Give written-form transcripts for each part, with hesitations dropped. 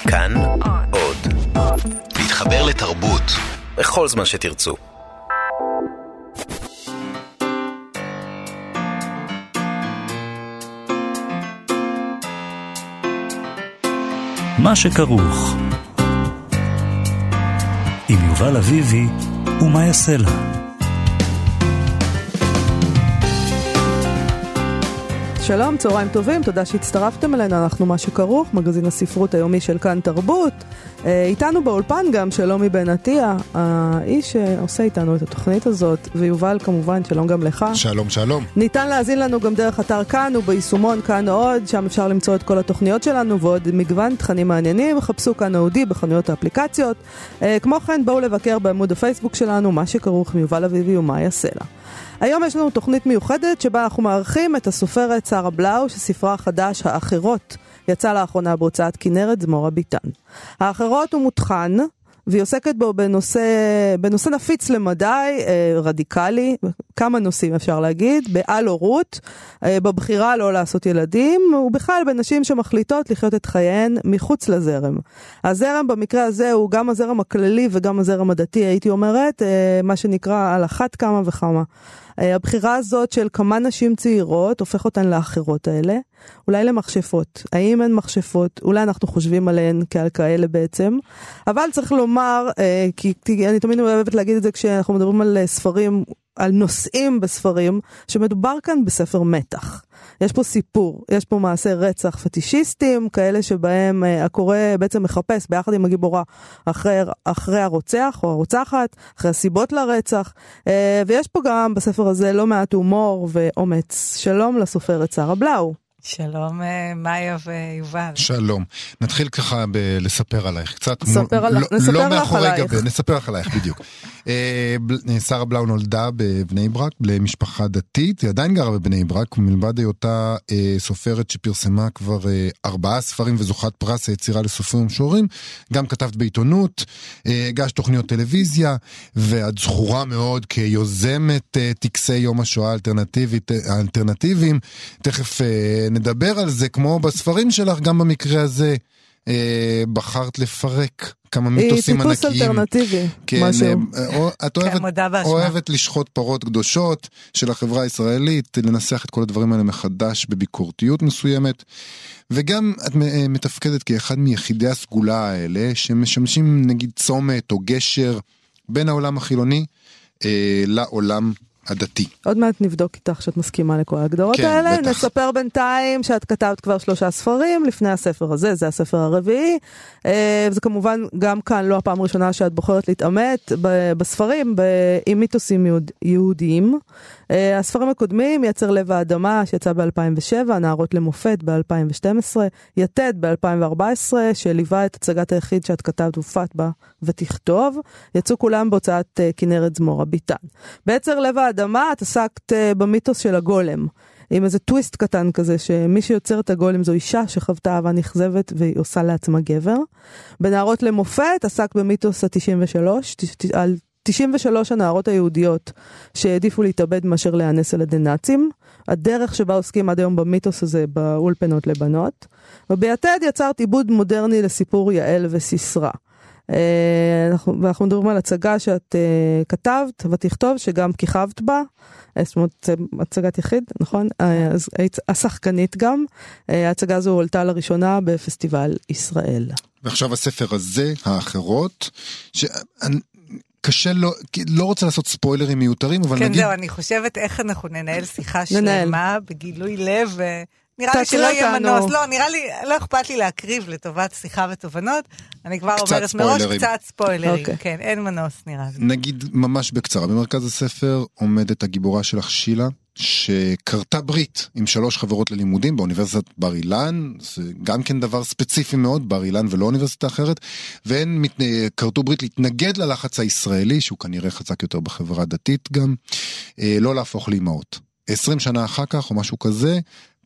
כאן עוד. להתחבר לתרבות בכל זמן שתרצו. מה שכרוך עם יובל אביבי ומה יעשה לה. שלום, צהריים טובים, תודה שהצטרפתם אלינו, אנחנו מה שכרוך, מגזין הספרות היומי של כאן תרבות. איתנו באולפן גם שלומי בן עטיה, האיש שעושה איתנו את התוכנית הזאת, ויובל כמובן, שלום גם לך. שלום, שלום. ניתן להזין לנו גם דרך אתר כאן וביישומון כאן עוד, שם אפשר למצוא את כל התוכניות שלנו ועוד מגוון תכנים מעניינים, חפשו כאן אודי בחנויות האפליקציות. כמו כן, בואו לבקר בעמוד הפייסבוק שלנו, מה שכרוך עם יובל אביבי ומה יעשה לה. היום יש לנו תוכנית מיוחדת שבה אנחנו מארחים את הסופרת שרה בלאו, שספרה החדש, האחרות, יצא לאחרונה בהוצאת כנרת זמור הביטן. האחרות הוא מותחן, והיא עוסקת בו בנושא נפיץ למדי, רדיקלי, כמה נושאים אפשר להגיד, בעל הורות, בבחירה לא לעשות ילדים, ובכלל בנשים שמחליטות לחיות את חייהן מחוץ לזרם. הזרם במקרה הזה הוא גם הזרם הכללי וגם הזרם הדתי, הייתי אומרת, מה שנקרא על אחת כמה וכמה. הבחירה הזאת של כמה נשים צעירות הופך אותן לאחרות האלה, אולי למחשפות. האם הן מחשפות? אולי אנחנו חושבים עליהן כעל כאלה בעצם. אבל צריך לומר, כי אני תמיד אוהבת להגיד את זה כשאנחנו מדברים על ספרים, על נושאים בספרים, שמדובר כאן בספר מתח. יש פה סיפור, יש פה מעשה רצח פטישיסטים, כאלה שבהם הקורא בעצם מחפש ביחד עם הגיבורה אחרי הרוצח או הרוצחת, אחרי הסיבות לרצח, ויש פה גם בספר הזה לא מעט הומור ואומץ. שלום לסופרת שרה בלאו. שלום מאיה ויובל. שלום. נתחיל ככה לספר עלייך. קצת נספר לך עלייך בדיוק. שרה בלאו נולדה בבני ברק, למשפחה דתית, היא עדיין גרה בבני ברק, ומלבד היותה סופרת שפרסמה כבר 4 ספרים וזוכת פרס היצירה לסופרים ומשוררים, גם כתבת בעיתונות, הגשת תוכניות טלוויזיה, ואת זכורה מאוד כיוזמת טקסי יום השואה האלטרנטיביים. תכף נדבר על זה, כמו בספרים שלך, גם במקרה הזה בחרת לפרק כמה מיתוסים ענקיים. טיפוס אלטרנטיבי, משהו. את אוהבת לשחוט פרות קדושות של החברה הישראלית, לנסח את כל הדברים האלה מחדש בביקורתיות מסוימת, וגם את מתפקדת כאחד מיחידי הסגולה האלה, שמשמשים נגיד צומת או גשר בין העולם החילוני לעולם הדתי. עוד מעט נבדוק איתך שאת מסכימה לכל ההגדרות האלה. בטח. נספר בינתיים שאת כתבת כבר 3 ספרים לפני הספר הזה, זה הספר הרביעי. זה כמובן גם כאן לא הפעם הראשונה שאת בוחרת להתעמת בספרים עם מיתוסים יהודיים. הספרים הקודמים, יצר לב האדמה שיצא ב-2007, נערות למופת ב-2012, יתד ב-2014 שליווה את הצגת היחיד שאת כתבת ופת בה ותכתוב, יצאו כולם בהוצאת כנרת זמור הביטן. ביצר לב האדמה את עסקת במיתוס של הגולם, עם איזה טוויסט קטן כזה, שמי שיוצר את הגולם זו אישה שחוותה אהבה נכזבת והיא עושה לעצמה גבר. בנערות למופת עסק במיתוס ה-93, על 93 הנערות היהודיות שהעדיפו להתאבד מאשר להיאנס על ידי נאצים. הדרך שבה עוסקים עד היום במיתוס הזה באולפנות לבנות. וביתד יצרת עיבוד מודרני לסיפור יעל וסיסרה. ואנחנו מדברים על הצגה שאת כתבת ותכתוב, שגם כיכבת בה, זאת אומרת, הצגת יחיד, נכון? השחקנית גם. ההצגה הזו הולתה לראשונה בפסטיבל ישראל. ועכשיו הספר הזה, האחרות, קשה לא רוצה לעשות ספוילרים מיותרים, אבל כן, נגיד... זהו, אני חושבת איך אנחנו ננהל שיחה שלמה, בגילוי לב, נראה לי שלא יהיה מנוס, לא, נראה לי, לא אכפת לי להקריב לטובת שיחה ותובנות, אני כבר אומרת מראש קצת ספוילרים, כן, אין מנוס נראה לי. נגיד ממש בקצרה, במרכז הספר עומדת הגיבורה שלך שילה, שקרתה ברית עם 3 חברות ללימודים באוניברסיטת בר אילן, זה גם כן דבר ספציפי מאוד, בר אילן ולא אוניברסיטה אחרת, והן קרתו ברית להתנגד ללחץ הישראלי, שהוא כנראה חזק יותר בחברה הדתית גם, לא להפוך לאימהות. 20 שנה אחר כך או משהו כזה,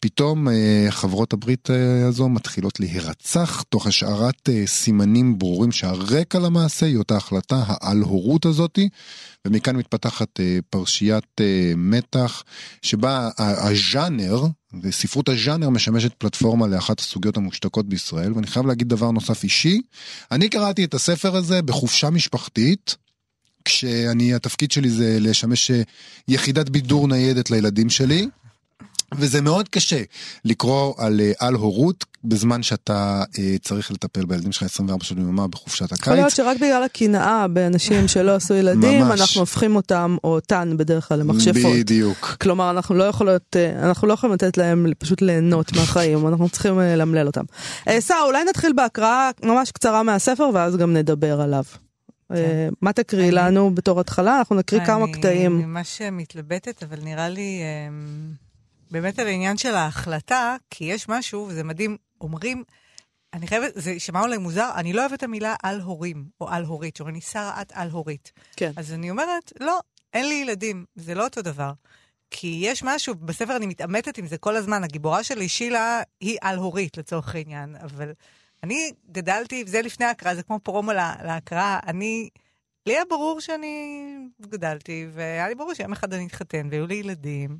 פתאום חברות הברית הזו מתחילות להירצח תוך השארת סימנים ברורים שהרקע למעשה היא אותה החלטה, העל-הורות הזאת, ומכאן מתפתחת פרשיית מתח שבה הז'אנר, וספרות הז'אנר משמשת פלטפורמה לאחת הסוגיות המושתקות בישראל, ואני חייב להגיד דבר נוסף אישי, אני קראתי את הספר הזה בחופשה משפחתית, התפקיד שלי זה לשמש יחידת בידור ניידת לילדים שלי, וזה מאוד קשה לקרוא על הורות בזמן שאתה צריך לטפל בילדים שלך 24 שעות ביממה בחופשת הקיץ. יכול להיות שרק בגלל הקנאה באנשים שלא עשו ילדים, אנחנו הופכים אותם או אותן בדרך כלל למכשפות. בדיוק. כלומר, אנחנו לא יכולים לתת להם פשוט ליהנות מהחיים, אנחנו צריכים למלל אותם. סע, אולי נתחיל בהקראה ממש קצרה מהספר, ואז גם נדבר עליו. מה תקריא לנו בתור התחלה? אנחנו נקריא כמה קטעים. אני ממש מתלבטת, אבל נראה לי באמת על העניין של ההחלטה, כי יש משהו, וזה מדהים, אומרים, אני חייבת, זה שמע אולי מוזר, אני לא אוהבת את המילה על הורים, או על הורית, שאומרים, אני שרה את על הורית. כן. אז אני אומרת, לא, אין לי ילדים, זה לא אותו דבר. כי יש משהו, בספר אני מתאמתת עם זה כל הזמן, הגיבורה שלי, שילה, היא על הורית לצורך העניין, אבל אני גדלתי, וזה לפני ההקראה, זה כמו פרומו להקראה, לי היה ברור שאני גדלתי, והיה לי ברור שיום אחד אני אתחתן, והיו לי ילדים,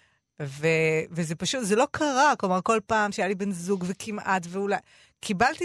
וזה פשוט, זה לא קרה, כלומר, כל פעם שהיה לי בן זוג וכמעט, ואולי, קיבלתי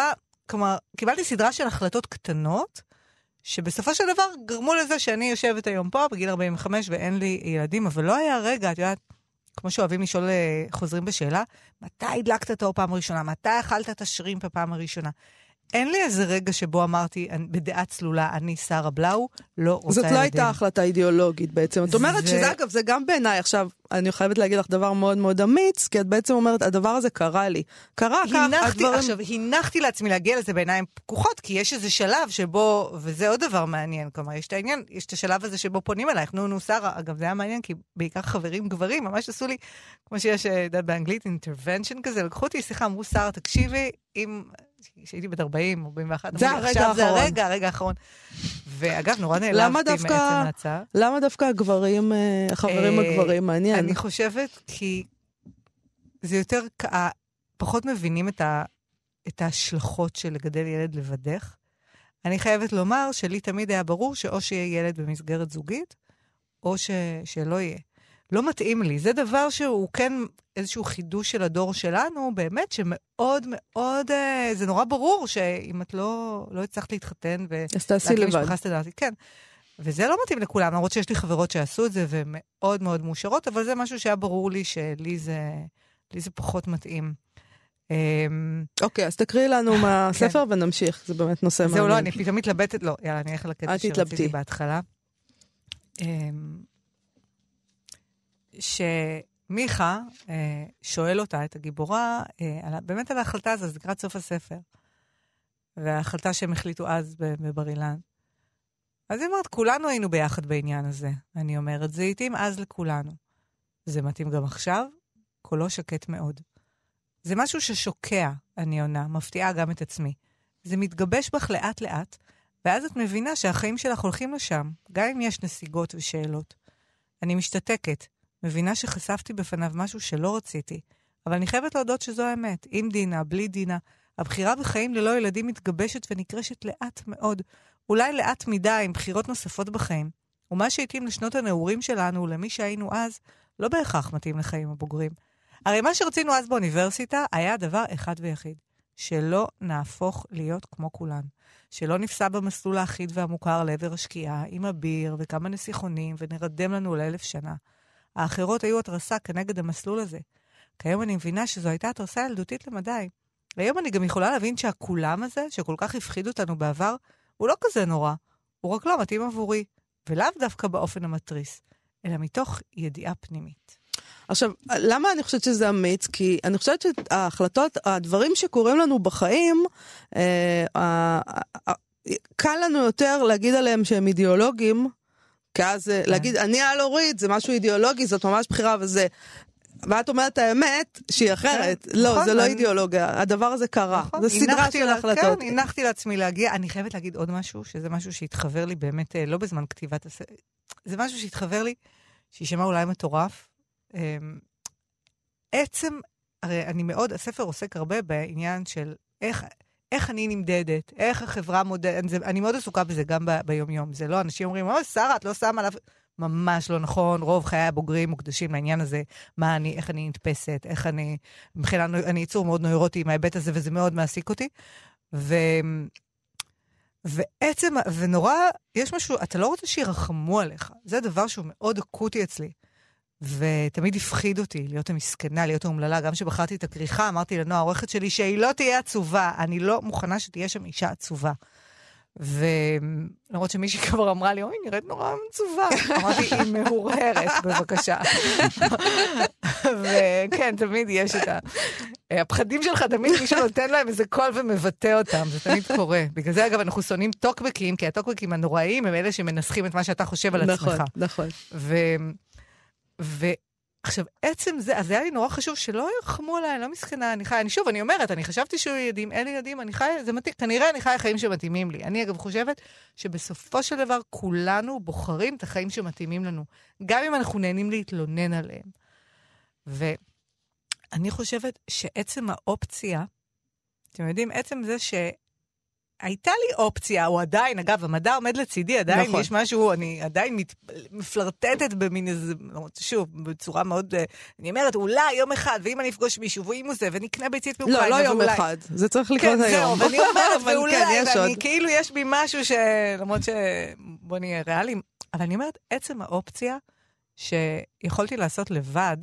סדרה של החלטות קטנות, שבסופו של דבר גרמו לזה שאני יושבת היום פה, בגיל 45, ואין לי ילדים, אבל לא היה רגע, את יודעת, כמו שאוהבים לשאול חוזרים בשאלה, מתי הדלקת את האור פעם הראשונה? מתי אכלת את השרימפ הפעם הראשונה? אין לי איזה רגע שבו אמרתי, בדעה צלולה, אני שרה בלאו, לא רוצה ילדים. זאת לא הייתה החלטה אידיאולוגית בעצם. את אומרת שזה, אגב, זה גם בעיניי, עכשיו, אני חייבת להגיד לך דבר מאוד מאוד אמיץ, כי את בעצם אומרת, הדבר הזה קרה לי. קרה כך, הדברים... עכשיו, הנחתי לעצמי להגיע לזה בעיניים פקוחות, כי יש איזה שלב שבו, וזה עוד דבר מעניין, כלומר, יש את העניין, יש את השלב הזה שבו פונים אלייך, נו, שרה, אגב, זה היה מעניין, כי בעיקר חברים גברים, ממש עשו לי, כמו שיש באנגלית, intervention כזה, לקחו אותי שיחה, אמרו, שרה, תקשיבי, שהייתי בת 40 או 41, זה הרגע האחרון. זה הרגע האחרון. ואגב, נורא נעלבתי מעצם ההצעה. למה דווקא הגברים, החברים הגברים, מעניין? אני חושבת כי זה יותר, פחות מבינים את ההשלכות של לגדל ילד לבדך. אני חייבת לומר שלי תמיד היה ברור שאו שיהיה ילד במסגרת זוגית, או שלא יהיה. לא מתאים לי. זה דבר שהוא כן איזשהו חידוש של הדור שלנו, באמת שמאוד מאוד, זה נורא ברור שאם את לא הצלחת להתחתן ולהקים משפחה סטנדרטית, כן. וזה לא מתאים לכולם, למרות שיש לי חברות שעשו את זה ומאוד מאוד מאושרות, אבל זה משהו שהיה ברור לי שלי זה פחות מתאים. אוקיי, אז תקריאי לנו מהספר ונמשיך, זה באמת נושא מעניין. זהו, לא, אני פתאום מתלבטת, לא, יאללה, אני הולכת לקטע שרציתי בהתחלה. שמיכה שואל אותה, את הגיבורה, באמת על ההחלטה הזו, זה לקראת סוף הספר. וההחלטה שהם החליטו אז בבר אילן. אז היא אומרת, כולנו היינו ביחד בעניין הזה. אני אומרת, זה התאים אז לכולנו. זה מתאים גם עכשיו, קולו שקט מאוד. זה משהו ששוקע, אני עונה, מפתיעה גם את עצמי. זה מתגבש בך לאט לאט, ואז את מבינה שהחיים שלך הולכים לשם, גם אם יש נסיגות ושאלות. אני משתתקת, מבינה שחשפתי בפניו משהו שלא רציתי, אבל אני חייבת להודות שזו האמת. עם דינה, בלי דינה, הבחירה בחיים ללא ילדים מתגבשת ונקרשת לאט מאוד, אולי לאט מדי עם בחירות נוספות בחיים. ומה שהתאים לשנות הנעורים שלנו ולמי שהיינו אז, לא בהכרח מתאים לחיים הבוגרים. הרי מה שרצינו אז באוניברסיטה היה דבר אחד ויחיד, שלא נהפוך להיות כמו כולן. שלא נפסע במסלול האחיד והמוכר לעבר השקיעה, עם הביר וכמה נסיכונים, ונרדם לנו ל1,000 שנה. האחרות היו התרסה כנגד המסלול הזה. כיום אני מבינה שזו הייתה התרסה ילדותית למדי. היום אני גם יכולה להבין שהכולם הזה, שכל כך הפחיד אותנו בעבר, הוא לא כזה נורא. הוא רק לא מתאים עבורי, ולאו דווקא באופן המטריס, אלא מתוך ידיעה פנימית. עכשיו, למה אני חושבת שזה אמיץ? כי אני חושבת שההחלטות, הדברים שקורים לנו בחיים, קל לנו יותר להגיד עליהם שהם אידיאולוגיים, כי אז להגיד, אני על-הורית, זה משהו אידיאולוגי, זאת ממש בחירה וזה. ואת אומרת האמת שהיא אחרת. לא, זה לא אידיאולוגיה. הדבר הזה קרה. זה סדרה של החלטות. כן, הנחתי לעצמי להגיע. אני חייבת להגיד עוד משהו, שזה משהו שהתחבר לי באמת, לא בזמן כתיבת הספר. זה משהו שהתחבר לי, שישמע אולי מטורף. עצם, הרי הספר עוסק הרבה בעניין של איך אני נמדדת, איך החברה מודדת, אני מאוד עסוקה בזה גם ביום-יום. זה לא, אנשים אומרים, שרה, את לא שמה עליו, ממש לא נכון, רוב חיי הבוגרים מוקדשים לעניין הזה, איך אני נתפסת, איך מבחינה, אני ייצור מאוד נוירוטי מההיבט הזה, וזה מאוד מעסיק אותי. ועצם, ונורא, יש משהו, אתה לא רוצה שירחמו עליך. זה דבר שהוא מאוד אקוטי אצלי. ותמיד הפחיד אותי להיות המסכנה, להיות האומללה. גם שבחרתי את הכריכה, אמרתי לנועה, העורכת שלי, שהיא לא תהיה עצובה. אני לא מוכנה שתהיה שם אישה עצובה. ולמרות שמישהי כבר אמרה לי, אוי, נראית נורא עצובה. אמרתי, היא מהורהרת, בבקשה. וכן, תמיד יש את הפחדים שלך, תמיד מישהו נותן להם איזה קול ומבטא אותם. זה תמיד קורה. בגלל זה, אגב, אנחנו שונאים טוקבקים, כי הטוקבקים הנוראיים הם אלה שמנסחים את מה שאתה חושב על עצמך. נכון. עכשיו, עצם זה, אז זה היה לי נורא חשוב שלא ירחמו עליי, לא מסכנה, אני חיה, אני אומרת, אני חשבתי שהוא ילדים, אין לי ילדים, אני חיה, זה מתאים, כנראה אני חיה חיים שמתאימים לי. אני אגב חושבת שבסופו של דבר כולנו בוחרים את החיים שמתאימים לנו, גם אם אנחנו נהנים להתלונן עליהם. ואני חושבת שעצם האופציה, אתם יודעים, עצם זה הייתה לי אופציה, או עדיין, אגב, המדע עומד לצידי, עדיין נכון. יש משהו, אני עדיין מפלרטטת במין איזה, שוב, בצורה מאוד, אני אומרת, אולי יום אחד, ואם אני אפגוש מישהו, ואם הוא זה, ונקנה ביצית מאוקראינה, לא יום אחד, זה צריך לקרות כן, היום. זהו, ואני אומרת, ואולי, ואני כאילו יש בי משהו למרות בוא נהיה ריאליים, אבל אני אומרת, עצם האופציה, שיכולתי לעשות לבד,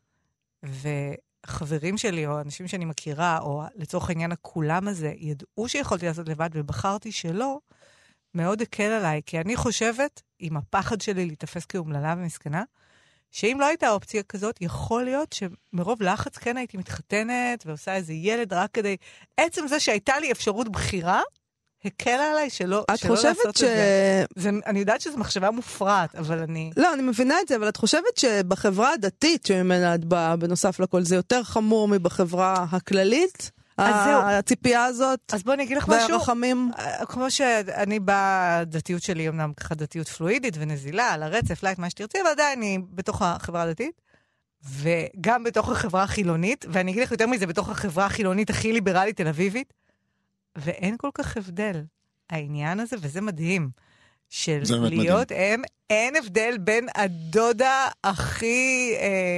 חברים שלי, או אנשים שאני מכירה, או לצורך העניין הכולם הזה, ידעו שיכולתי לעשות לבד, ובחרתי שלא, מאוד הקל עליי, כי אני חושבת, עם הפחד שלי להתאפס כאומללה ומסכנה, שאם לא הייתה אופציה כזאת, יכול להיות שמרוב לחץ כן הייתי מתחתנת, ועושה איזה ילד רק כדי, עצם זה שהייתה לי אפשרות בחירה, הקל עליי שלא לעשות את זה. אני יודעת שזו מחשבה מופרעת, אבל אני... לא, אני מבינה את זה, אבל את חושבת שבחברה הדתית שממנה את באה, בנוסף לכל, זה יותר חמור מבחברה הכללית? הציפייה הזאת? אז בוא אני אגיד לך משהו. והרחמים? כמו שאני בדתיות שלי, אמנם ככה דתיות פלואידית ונזילה, על הרצף, לייק, מה שתרצי, אבל עדיין אני בתוך החברה הדתית, וגם בתוך החברה החילונית, ואני אגיד לך יותר מזה, בתוך החברה החילונית הכי ליברלית תל אביבית, ואין כל כך הבדל. העניין הזה, וזה מדהים, של להיות הם, אין הבדל בין הדודה הכי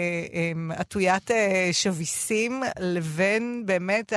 עטוית שוויסים, לבין באמת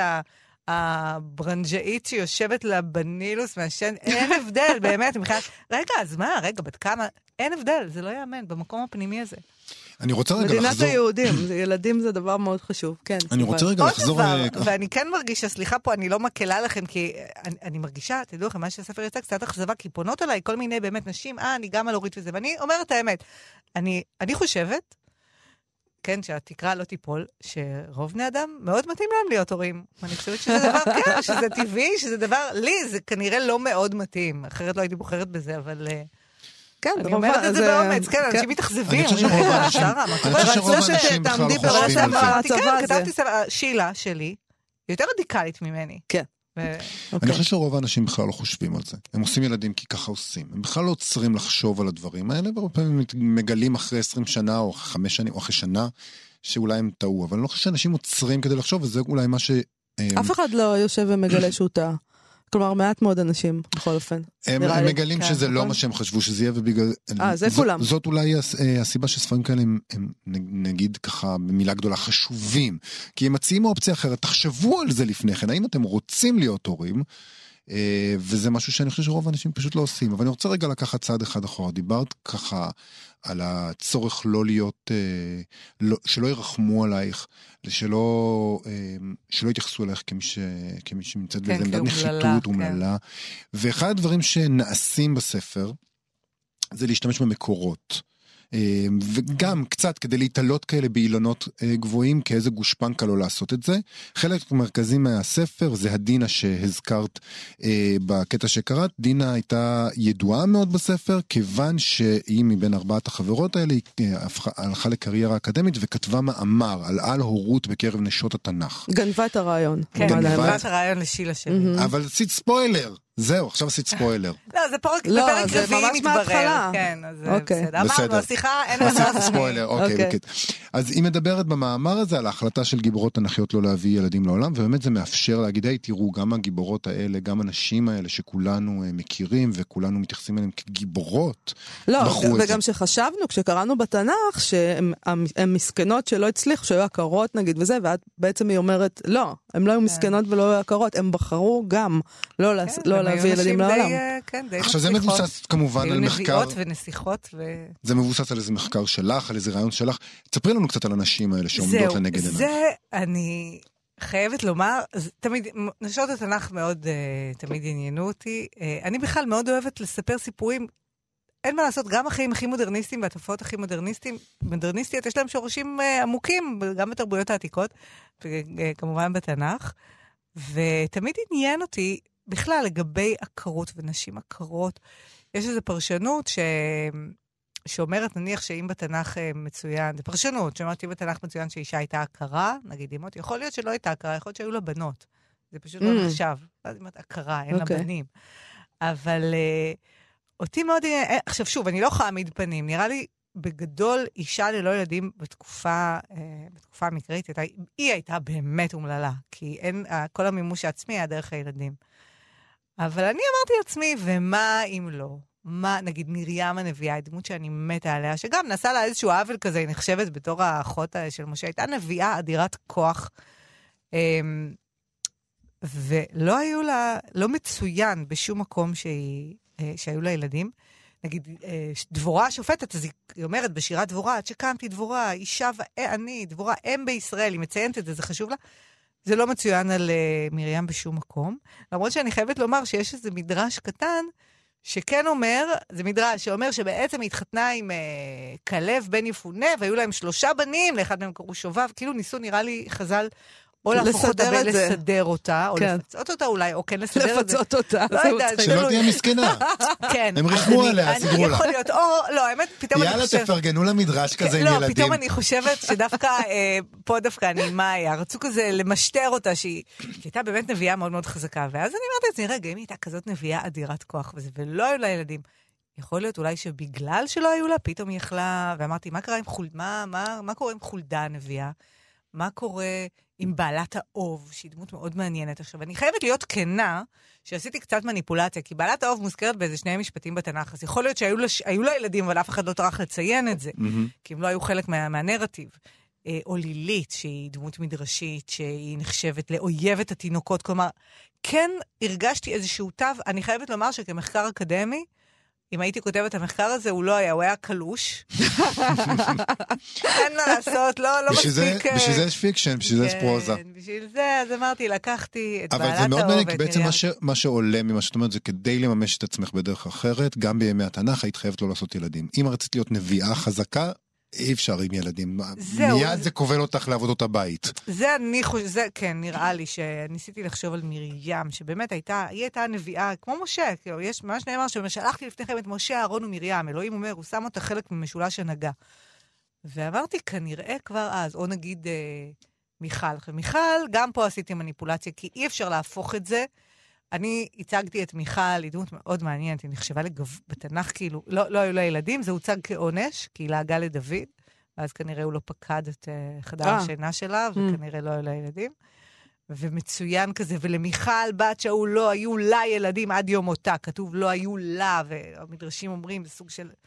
הברנג'אית שיושבת לה בנילוס מהשן, אין הבדל, באמת, רגע, אז מה? רגע, בת כמה? אין הבדל, זה לא יאמן, במקום הפנימי הזה. אני רוצה רגע לחזור... מדינת היהודים, ילדים זה דבר מאוד חשוב, כן. אני רוצה רגע לחזור... ואני כן מרגישה, סליחה פה, אני לא מקלה לכם, כי אני מרגישה, תדעו לכם, מה שהספר יצא קצת אכזבה, כי פונות עליי כל מיני באמת נשים, אני גם על אורית וזה, ואני אומרת האמת, אני חושבת, כן, שהתקרה לא תיפול, שרוב בני אדם מאוד מתאים להם להיות הורים. אני חושבת שזה דבר, כן, שזה טבעי, שזה דבר, לי זה כנראה לא מאוד מתאים, אחרת לא הייתי בוחרת בזה, אבל... כן, אני אומרת את זה באומץ, כן, אנשים מתאכזבים. אני חושב שרוב האנשים בכלל לא חושבים על זה. כן, כתבתי שילה שלי, יותר רדיקלית ממני. כן. אני חושב שרוב האנשים בכלל לא חושבים על זה. הם עושים ילדים כי ככה עושים. הם בכלל לא עוצרים לחשוב על הדברים האלה, והרבה פעמים מגלים אחרי 20 שנה או 5 שנים או אחרי שנה, שאולי הם טעו. אבל אני לא חושב שאנשים עוצרים כדי לחשוב, וזה אולי מה ש... אף אחד לא יושב ומגלה שהוא טעה. כלומר, מעט מאוד אנשים, בכל אופן. הם מגלים שזה לא מה שהם חשבו שזה יהיה, ובגלל... זה כולם. זאת אולי הסיבה שספרים כאלה הם נגיד ככה, במילה גדולה, חשובים. כי הם מציעים אופציה אחרת, תחשבו על זה לפני כן, האם אתם רוצים להיות הורים, וזה משהו שאני חושב שרוב האנשים פשוט לא עושים. אבל אני רוצה רגע לקחת צעד אחד אחורה. דיברת ככה על הצורך לא להיות, שלא ירחמו עלייך, שלא יתייחסו עלייך כמי שנמצאת באיזה עמדת נחיתות ומללה. ואחד הדברים שנעשים בספר, זה להשתמש במקורות. וגם קצת כדי להתעלות כאלה באילנות גבוהים, כאיזה גושפנקה לא לעשות את זה. חלק מרכזי מהספר זה הדינה שהזכרת בקטע שקראת. דינה הייתה ידועה מאוד בספר, כיוון שהיא מבין 4 החברות האלה, היא הלכה לקריירה אקדמית וכתבה מאמר על הורות בקרב נשות התנ"ך. גנבה את הרעיון. כן, גנבה את הרעיון לשילה שלי. אבל עשית ספוילר. זהו, עכשיו עשית ספוילר. לא, זה פרק רביעי מתברר. כן, אז בסדר. אמרנו, השיחה, אין לנו ספוילר. אוקיי. אז היא מדברת במאמר הזה על ההחלטה של גיבורות תנ"כיות לא להביא ילדים לעולם, ובאמת זה מאפשר להגיד, היי, תראו, גם הגיבורות האלה, גם הנשים האלה שכולנו מכירים, וכולנו מתייחסים אליהם כגיבורות. לא, וגם שחשבנו, כשקראנו בתנ"ך, שהן מסכנות שלא הצליחו, שהיו הכרות נגיד וזה, ואת בעצם היא אומרת, לא, הן לא היו מסכנות ולא היו הכרות, הן בחרו גם לא להביא ילדים לעולם. עכשיו זה מבוסס כמובן על מחקר. נביאות ונסיכות. זה מבוסס על איזה מחקר שלך, על איזה רעיון שלך. תספרי לנו קצת על הנשים האלה שעומדות לנגד עיניי. זה אני חייבת לומר, תמיד, נשות התנ"ך מאוד תמיד עניינו אותי. אני בכלל מאוד אוהבת לספר סיפורים, אין מה לעשות, גם החיים הכי מודרניסטיים והתופעות הכי מודרניסטיות, יש להם שורשים עמוקים, גם בתרבויות העתיקות, וכמובן בתנ"ך. ותמיד עניין אותי, בכלל לגבי עקרות ונשים עקרות, יש איזו פרשנות שאומרת נניח שאם בתנ"ך מצוין, זה פרשנות שאומרת אם בתנ"ך מצוין שאישה הייתה עקרה, נגיד אימות, יכול להיות שלא הייתה עקרה, יכול להיות שהיו לה בנות. זה פשוט לא נחשב. אז אומרת עקרה, אין לה בנים. אבל אותי מאוד, עכשיו שוב, אני לא יכולה להעמיד פנים, נראה לי בגדול אישה ללא ילדים בתקופה המקראית, היא הייתה באמת אומללה, כי כל המימוש העצמי היה דרך הילדים. אבל אני אמרתי לעצמי, ומה אם לא? מה, נגיד מרים הנביאה, דמות שאני מתה עליה, שגם נעשה לה איזשהו עוול כזה, היא נחשבת בתור האחות של משה, הייתה נביאה אדירת כוח, ולא היו לה, לא מצוין בשום מקום שהיו לה ילדים. נגיד, דבורה השופטת, אז היא אומרת בשירת דבורה, עד שקמתי דבורה, אישה ואני, דבורה אם בישראל, היא מציינת את זה, זה חשוב לה. זה לא מצוין על מרים בשום מקום. למרות שאני חייבת לומר שיש איזה מדרש קטן, שכן אומר, זה מדרש שאומר שבעצם היא התחתנה עם כלב בן יפונה, והיו להם 3 בנים, לאחד מהם קראו שובב, כאילו ניסו נראה לי חז"ל, או להפוך אותה ולסדר אותה, או לפצות אותה אולי, או כן לסדר את זה. לפצות אותה. לא יודעת. שלא תהיה מסכנה. כן. הם רחמו עליה, סידרו לה. יכול להיות, או, לא, האמת, פתאום אני חושבת. יאללה, תפרגנו למדרש כזה עם ילדים. לא, פתאום אני חושבת שדווקא, פה דווקא אני, מה היה? רצו כזה למשטר אותה, שהיא הייתה באמת נביאה מאוד מאוד חזקה. ואז אני אמרתי את זה, רגע, אם היא הייתה כזאת נביאה אדירת כוח וזה, ולא היו לה ילדים. יכול להיות אולי שבגלל שלא היו לה, פתאום היא יכלה, ואמרתי, מה קרה עם מה קורה עם חולדה הנביאה? מה קורה עם בעלת האוב, שהיא דמות מאוד מעניינת. עכשיו, אני חייבת להיות כנה, שעשיתי קצת מניפולציה, כי בעלת האוב מוזכרת באיזה 2 משפטים בתנ"ך, אז יכול להיות שהיו לה ילדים, אבל אף אחד לא טרח לציין את זה, כי הם לא היו חלק מהנרטיב. או לילית, שהיא דמות מדרשית, שהיא נחשבת לאויבת התינוקות, כלומר, כן הרגשתי איזשהו תו, אני חייבת לומר שכמחקר אקדמי, אם הייתי כותבת את המחקר הזה, הוא לא היה, הוא היה קלוש. אין מה לעשות, לא מספיק. בשביל זה יש פיקשן, בשביל זה יש פרוזה. בשביל זה, אז אמרתי, לקחתי את בעלת האוב. אבל זה מאוד מעניין, כי בעצם מה שעולה ממה שאת אומרת, זה כדי לממש את עצמך בדרך אחרת, גם בימי התנ"ך היית חייבת לא לעשות ילדים. אם רצית להיות נביאה חזקה, אי אפשר עם ילדים. מיד זה כובל אותך לעבודות הבית. זה כן, נראה לי שניסיתי לחשוב על מרים, שבאמת היא הייתה נביאה, כמו משה, יש ממש נאמר ששלחתי לפניכם את משה, אהרון ומרים, אלוהים אומר, הוא שם אותה חלק ממשולש הנהגה. ואמרתי, כנראה כבר אז, או נגיד מיכל. מיכל, גם פה עשיתי מניפולציה, כי אי אפשר להפוך את זה. אני הצגתי את מיכל, היא דמות מאוד מעניינת, היא נחשבה בתנ"ך כאילו, לא היו לה ילדים, זה הוצג כעונש, כי היא להגה לדוד, ואז כנראה הוא לא פקד את חדר השינה שלה, וכנראה לא היו לה ילדים. ומצוין כזה, ולמיכל בת שאול לא היו לה ילדים עד יום מותה, כתוב לא היו לה, והמדרשים אומרים, זה סוג של...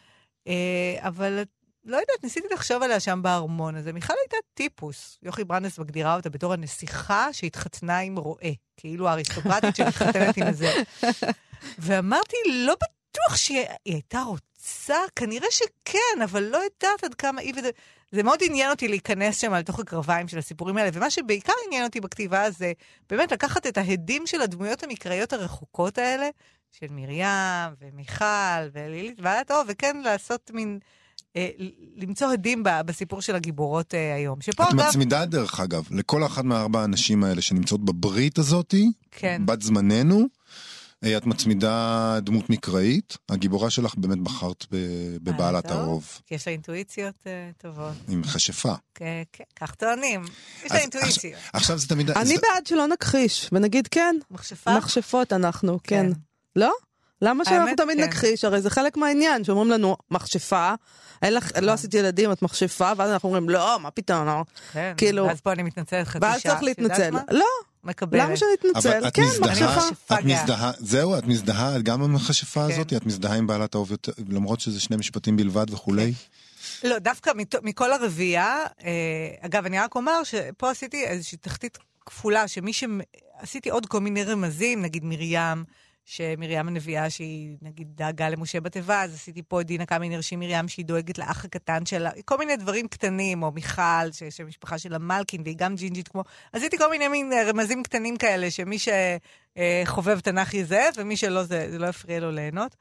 אבל לא יודעת, ניסיתי לחשוב עליה שם בארמון הזה. מיכל הייתה טיפוס. יוכי ברנדס מגדירה אותה בתור הנסיכה שהתחתנה עם רועה. כאילו האריסטוקרטית שמתחתנת עם זה. ואמרתי, לא בטוח שהיא הייתה רוצה, כנראה שכן, אבל לא יודעת עד כמה היא וזה... זה מאוד עניין אותי להיכנס שם על תוך הקרביים של הסיפורים האלה, ומה שבעיקר עניין אותי בכתיבה זה באמת לקחת את ההדים של הדמויות המקראיות הרחוקות האלה, של מרים ומיכל ולילית ועלת אוב, וכן לעשות מין... למצוא הדים בסיפור של הגיבורות היום. את מצמידה דרך אגב, לכל אחת מה4 האנשים האלה שנמצאות בברית הזאת, בת זמננו, את מצמידה דמות מקראית, הגיבורה שלך באמת בחרת בבעלת הרוב. כי יש לה אינטואיציות טובות. עם חשפה. כן, כך טוענים. יש לה אינטואיציות. עכשיו זה תמיד... אני בעד שלא נכחיש, ונגיד כן. מכשפה? מכשפות אנחנו, כן. לא? למה שאנחנו תמיד נכחיש? הרי זה חלק מהעניין, שאומרים לנו, מכשפה, לא עשית ילדים, את מכשפה, ואז אנחנו אומרים, לא, מה פתאום, לא. כן, ואז פה אני מתנצלת חצי שעה. ואז צריך להתנצל. לא. למה שנתנצל? כן, מכשפה. זהו, את מזדהה, גם המכשפה הזאת, את מזדהה עם בעלת האהוב יותר, למרות שזה שני משפטים בלבד וכולי. לא, דווקא מכל הרביעה, אגב, אני רק אומר שפה עשיתי איזושהי תחתית כפולה, עשיתי עוד כל מיני רמזים, נגיד מרים, שמרים הנביאה שהיא נגיד דאגה למשה בתיבה, אז עשיתי פה את דינה קמינר שהיא מרים שהיא דואגת לאח הקטן שלה, כל מיני דברים קטנים, או מיכל, שהמשפחה שלה מלכין, והיא גם ג'ינג'ית כמו, עשיתי כל מיני מין רמזים קטנים כאלה, שמי שחובב תנ"ך יזהה, ומי שלא זה לא יפריע לו ליהנות.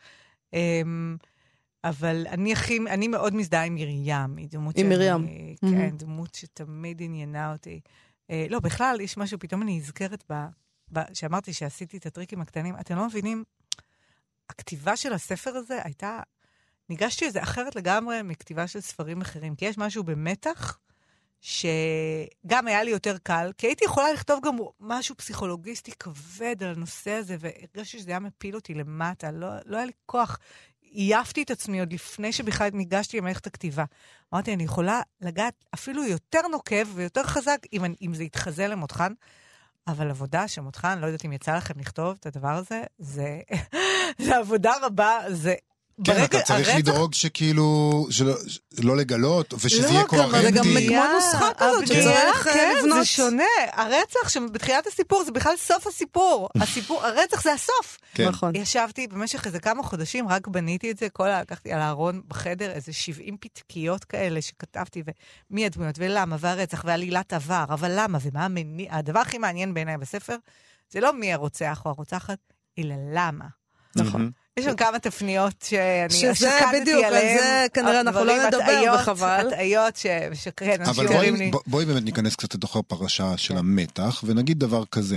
אבל אני מאוד מזדהה עם מרים, היא דמות עם מרים. כן, דמות שתמיד עניינה אותי. לא, בכלל, יש משהו, פתאום אני נזכרת שאמרתי שעשיתי את הטריקים הקטנים, אתם לא מבינים, הכתיבה של הספר הזה הייתה, ניגשתי לזה אחרת לגמרי מכתיבה של ספרים אחרים, כי יש משהו במתח, שגם היה לי יותר קל, כי הייתי יכולה לכתוב גם משהו פסיכולוגיסטי כבד על הנושא הזה, והרגשתי שזה היה מפיל אותי למטה, לא היה לי כוח, עייפתי את עצמי עוד לפני שבכלל ניגשתי למערכת הכתיבה. אמרתי, אני יכולה לגעת אפילו יותר נוקב ויותר חזק, אם זה יתחזה למותחן, אבל עבודה שמותחן, לא יודעת אם יצא לכם לכתוב את הדבר הזה, זה עבודה רבה, זה... כן, אתה צריך לדאוג שכאילו, לא לגלות, ושזה יהיה קוהרנטי. זה גם כמו נוסחה כזאת, שצריך לבנות. זה שונה. הרצח שבתחילת הסיפור, זה בכלל סוף הסיפור. הרצח זה הסוף. נכון. ישבתי במשך איזה כמה חודשים, רק בניתי את זה, לקחתי על הארון בחדר, איזה 70 פתקיות כאלה שכתבתי, ומי הדמויות, ולמה, והרצח, ועלילת עבר, אבל למה, ומה המניע. הדבר הכי מעניין בעיניי בספר, זה לא מי הרוצח או הרוצחת, אלא למה. נכון. יש שם כמה תפניות שאני שקדתי עליהן. על זה כנראה אנחנו לא נדבר וחבל. הטעיות שכן, אנשים אומרים לי. בואי באמת ניכנס קצת לתוך הפרשה של המתח, ונגיד דבר כזה,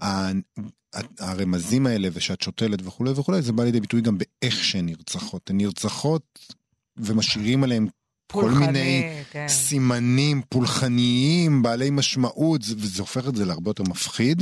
הרמזים האלה ושאת שותלת וכו' וכו', זה בא לידי ביטוי גם באיך שהן נרצחות. הן נרצחות ומשאירים עליהן כל מיני סימנים פולחניים, בעלי משמעות, וזה הופך את זה להרבה יותר מפחיד.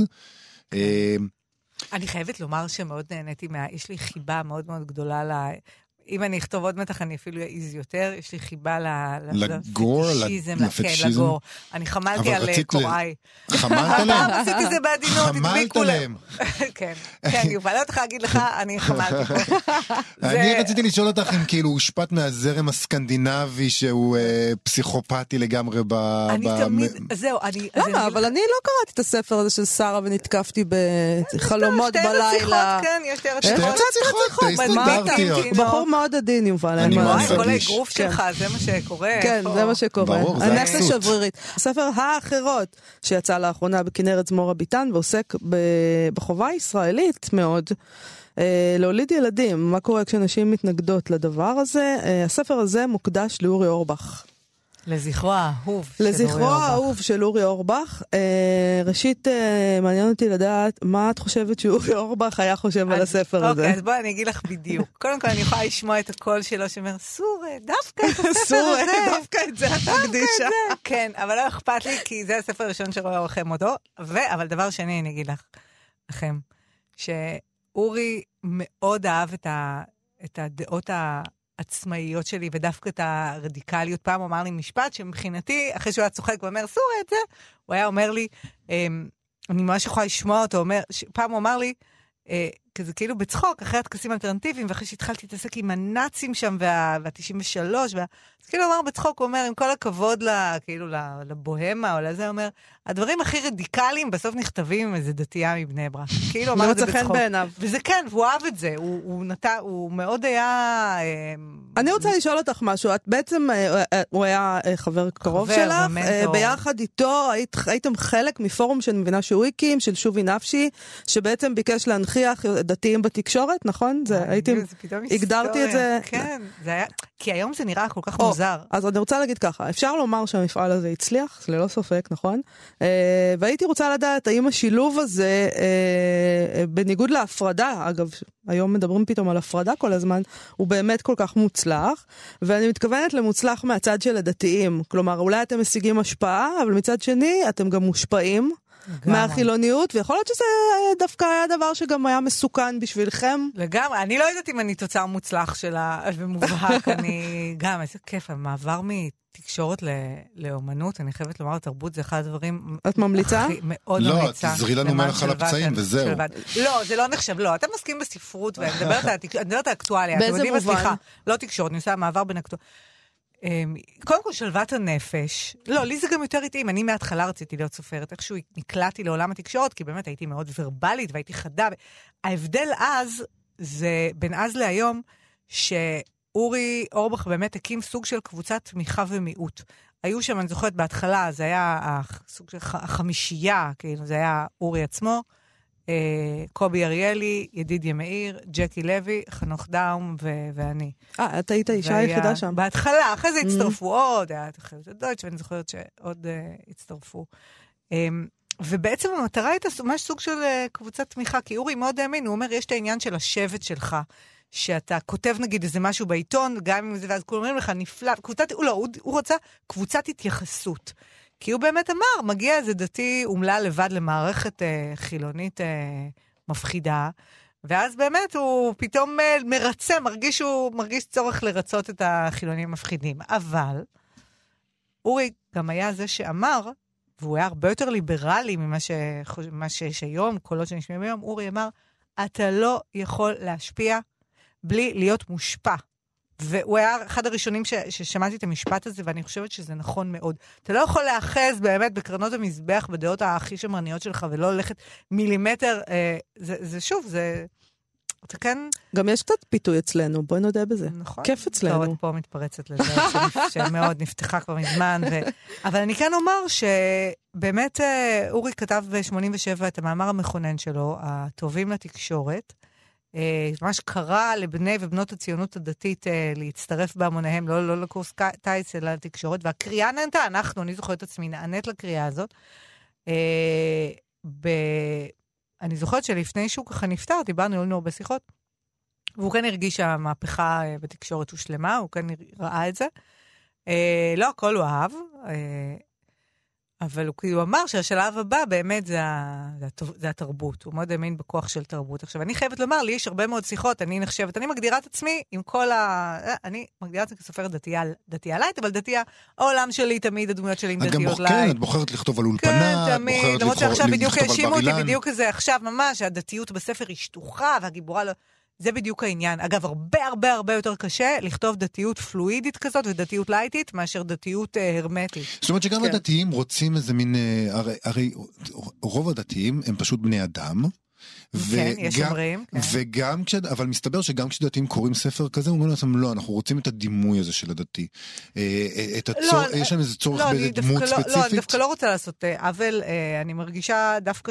אני חייבת לומר שמאוד נהניתי יש לי חיבה מאוד מאוד גדולה אם אני אכתוב עוד מתח, אני אפילו אעיז יותר, יש לי חיבה לגור, לפטישיזם. לגור. אני חמלתי על קוראי. חמלת עליהם? עשיתי זה בעדינות, חמלת עליהם. כן, יובל, לא תוכל להגיד לך, אני חמלתי פה. אני רציתי לשאול אותך אם כאילו הושפט מהזרם הסקנדינבי, שהוא פסיכופתי לגמרי אני תמיד, זהו, למה? אבל אני לא קראתי את הספר הזה של שרה, ונתקפתי בחלומות בלילה. שתי רציחות, בחור מאוד עדין, יובל. אני רואה, כל האגרוף שלך, זה מה שקורה. כן, זה מה שקורה. הנפש שברירית. הספר האחרות שיצא לאחרונה בכנרת זמורה ביטן, ועוסק בחובה הישראלית מאוד, להוליד ילדים. מה קורה כשנשים מתנגדות לדבר הזה? הספר הזה מוקדש לאורי אורבך. לזכרו האהוב של אורי אורבך. ראשית, מעניין אותי לדעת מה את חושבת שאורי אורבך היה חושב על הספר הזה. אוקיי, אז בואי אני אגיד לך בדיוק. קודם כל אני יכולה לשמוע את הקול שלו שאומר, סורה, דווקא את הספר הזה. דווקא את זה את מקדישה. כן, אבל לא אכפת לי, כי זה הספר הראשון שרואה לכם אותו. אבל דבר שני, אני אגיד לכם, שאורי מאוד אהב את הדעות עצמאיות שלי, ודווקא את הרדיקליות. פעם הוא אמר לי משפט שמבחינתי, אחרי שהוא היה צוחק ואומר, סורה את זה, הוא היה אומר לי, אני ממש יכולה לשמוע אותו, פעם הוא אמר לי, כזה כאילו בצחוק, אחרי התקסים אלטרנטיביים, ואחרי שהתחלתי להתעסק עם הנאצים שם, וה-93, אז כאילו הוא אמר בצחוק, הוא אומר, עם כל הכבוד כאילו לבוהמה, או לזה, הוא אומר, הדברים הכי רדיקליים בסוף נכתבים עם איזה דתייה מבני ברק. כאילו אמר את זה בצחוק. וזה כן, והוא אהב את זה, הוא מאוד היה... אני רוצה לשאול אותך משהו, את בעצם, הוא היה חבר קרוב שלך, ביחד איתו, הייתם חלק מפורום שאני מבינה שהוא הקים, של שובי נפשי, שבעצם ביקש להנחיח דתיים בתקשורת, נכון? הגדרתי את זה. כן, זה היה, כי היום זה נראה כל כך מוזר. אז אני רוצה להגיד ככה, אפשר לומר שהמפעל הזה הצליח, ללא ספק, נכון? והייתי רוצה לדעת, האם השילוב הזה, בניגוד להפרדה, אגב, היום מדברים פתאום על הפרדה כל הזמן, הוא באמת כל כך מוצלח, ואני מתכוונת למוצלח מהצד של הדתיים. כלומר, אולי אתם משיגים השפעה, אבל מצד שני, אתם גם מושפעים מהחילוניות, ויכול להיות שזה דווקא היה דבר שגם היה מסוכן בשבילכם. לגמרי, אני לא יודעת אם אני תוצאה מוצלח שלה, ומובהק, אני גם, איזה כיף, המעבר מתקשורת לאומנות, אני חייבת לומר, התרבות זה אחד הדברים... את ממליצה? מאוד ממליצה. לא, תזרי לנו מלח על הפצעים, וזהו. לא, זה לא נחשב, לא, אתם מסכים בספרות, ואני מדברת על אקטואליה. באיזה מובן? לא תקשורת, אני עושה מעבר בין אקטואליה. קודם כל שלוות הנפש, לא, לי זה גם יותר התאים, אני מההתחלה רציתי להיות סופרת, איכשהו נקלעתי לעולם התקשורת, כי באמת הייתי מאוד ורבלית והייתי חדה. ההבדל אז, זה בין אז להיום, שאורי אורבך באמת הקים סוג של קבוצת תמיכה ומיעוט. היו שם, אני זוכרת בהתחלה, זה היה סוג של החמישייה, כאילו זה היה אורי עצמו, קובי אריאלי, ידידיה מאיר, ג'קי לוי, חנוך דאום ואני. אתה היית האישה היחידה שם. בהתחלה, אחרי זה הצטרפו עוד, היה דויטש, ואני זוכרת שעוד הצטרפו. ובעצם המטרה הייתה ממש סוג של קבוצת תמיכה, כי אורי מאוד האמין, הוא אומר, יש את העניין של השבט שלך, שאתה כותב נגיד איזה משהו בעיתון, גם אם זה, ואז כולם אומרים לך, נפלא, הוא רוצה קבוצת התייחסות. כי הוא באמת אמר, מגיע איזה דתי אומלל לבד למערכת חילונית מפחידה, ואז באמת הוא פתאום מרצה, מרגיש צורך לרצות את החילונים המפחידים. אבל אורי גם היה זה שאמר, והוא היה הרבה יותר ליברלי ממה שיש היום, קולות שנשמעים היום, אורי אמר, אתה לא יכול להשפיע בלי להיות מושפע. והוא היה אחד הראשונים ששמעתי את המשפט הזה, ואני חושבת שזה נכון מאוד. אתה לא יכול לאחז באמת בקרנות המזבח, בדעות הכי שמרניות שלך, ולא ללכת מילימטר, זה שוב, אתה כן... גם יש קצת פיתוי אצלנו, בואי נודה בזה. נכון. כיף אצלנו. לא, את פה מתפרצת לזה, שמאוד נפתחה כבר מזמן. אבל אני כן אומר שבאמת אורי כתב ב-87 את המאמר המכונן שלו, הטובים לתקשורת, ממש קרא לבני ובנות הציונות הדתית להצטרף בהמוניהם, לא לקורס טייס אלא לתקשורת, והקריאה נענתה, אני זוכרת את עצמי, נענית לקריאה הזאת. אני זוכרת שלפני שהוא ככה נפטר, דיברנו לנו הרבה שיחות, והוא כן הרגיש שהמהפכה בתקשורת הושלמה, הוא כן ראה את זה. לא הכל הוא אהב, אבל הוא כאילו אמר שהשלב הבא באמת זה התרבות. הוא מאוד האמין בכוח של תרבות. עכשיו, אני חייבת לומר, לי יש הרבה מאוד שיחות, אני מגדירה את עצמי עם כל אני מגדירה את זה כסופרת דתייה לייט, אבל דתייה, העולם שלי תמיד, הדמויות שלי עם דתיות לייט. כן, את בוחרת לכתוב על אולפנה, כן, תמיד, למרות שעכשיו בדיוק האשימו אותי, בדיוק כזה, עכשיו ממש, הדתיות בספר היא שטוחה, והגיבורה לא... זה בדיוק העניין. אגב, הרבה יותר קשה לכתוב דתיות פלואידית כזאת ודתיות לייטית, מאשר דתיות הרמטית. זאת אומרת שגם הדתיים רוצים איזה מין, הרי רוב הדתיים הם פשוט בני אדם. כן, יש אומרים. וגם אבל מסתבר שגם כשדתיים קוראים ספר כזה, אומרים לעצמם, לא, אנחנו רוצים את הדימוי הזה של הדתי. יש להם איזה צורך באיזה דמות ספציפית? לא, אני דווקא לא רוצה לעשות עוול, אני מרגישה דווקא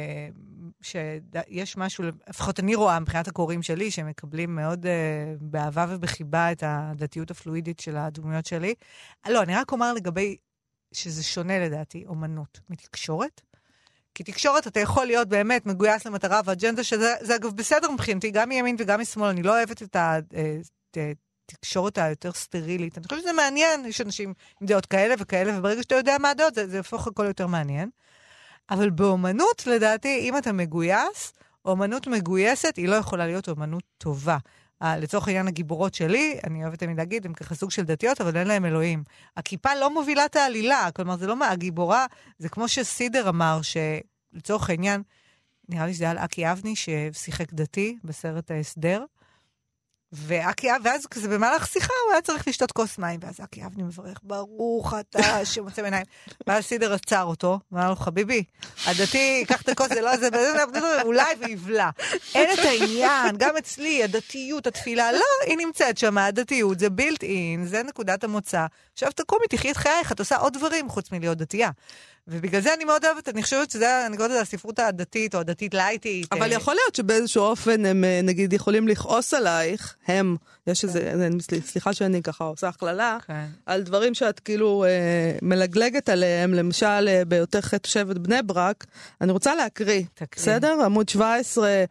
שיש משהו, לפחות אני רואה מבחינת הקוראים שלי, שהם מקבלים מאוד באהבה ובחיבה את הדתיות הפלואידית של הדמויות שלי. לא, אני רק אומר לגבי שזה שונה לדעתי, אומנות מתקשורת. כי תקשורת אתה יכול להיות באמת מגויס למטרה והאג'נדה, שזה אגב בסדר מבחינתי, גם מימין וגם משמאל, אני לא אוהבת את התקשורת היותר סטרילית. אני חושבת שזה מעניין, יש אנשים עם דעות כאלה וכאלה, וברגע שאתה יודע מה הדעות, זה יפוך הכל יותר מעניין. אבל באומנות, לדעתי, אם אתה מגויס, אומנות מגויסת, היא לא יכולה להיות אומנות טובה. לצורך העניין הגיבורות שלי, אני אוהבת תמיד להגיד, הם ככה סוג של דתיות, אבל אין להם אלוהים. הכיפה לא מובילה את העלילה, כלומר, זה לא מה, הגיבורה, זה כמו שסידר אמר, שלצורך העניין, נראה לי שזה היה אקי אבני, ששיחק דתי בסרט ההסדר, ואז כזה במהלך שיחה, הוא היה צריך לשתות כוס מים, ואז אקי אבני מברך, ברוך אתה שמוצא מעיניים. ואז סידר עצר אותו, ואמר לו, חביבי, הדתי, ייקח את הכוס, זה לא זה, אולי ויבלה. אין את העניין, גם אצלי, הדתיות, התפילה, לא, היא נמצאת שם, הדתיות, זה בילט אין, זה נקודת המוצא. עכשיו תקומי, תחי את חייך, את עושה עוד דברים חוץ מלהיות דתייה. ובגלל זה אני מאוד אוהבת, אני חושבת שזה, אני קוראת לזה הספרות הדתית, או הדתית לייטית. אבל יכול להיות שבאיזשהו אופן הם, נגיד, יכולים לכעוס עלייך, יש איזה, סליחה שאני ככה עושה הכללה, על דברים שאת כאילו מלגלגת עליהם, למשל, בהיותך תושבת בני ברק, אני רוצה להקריא, בסדר? עמוד 17,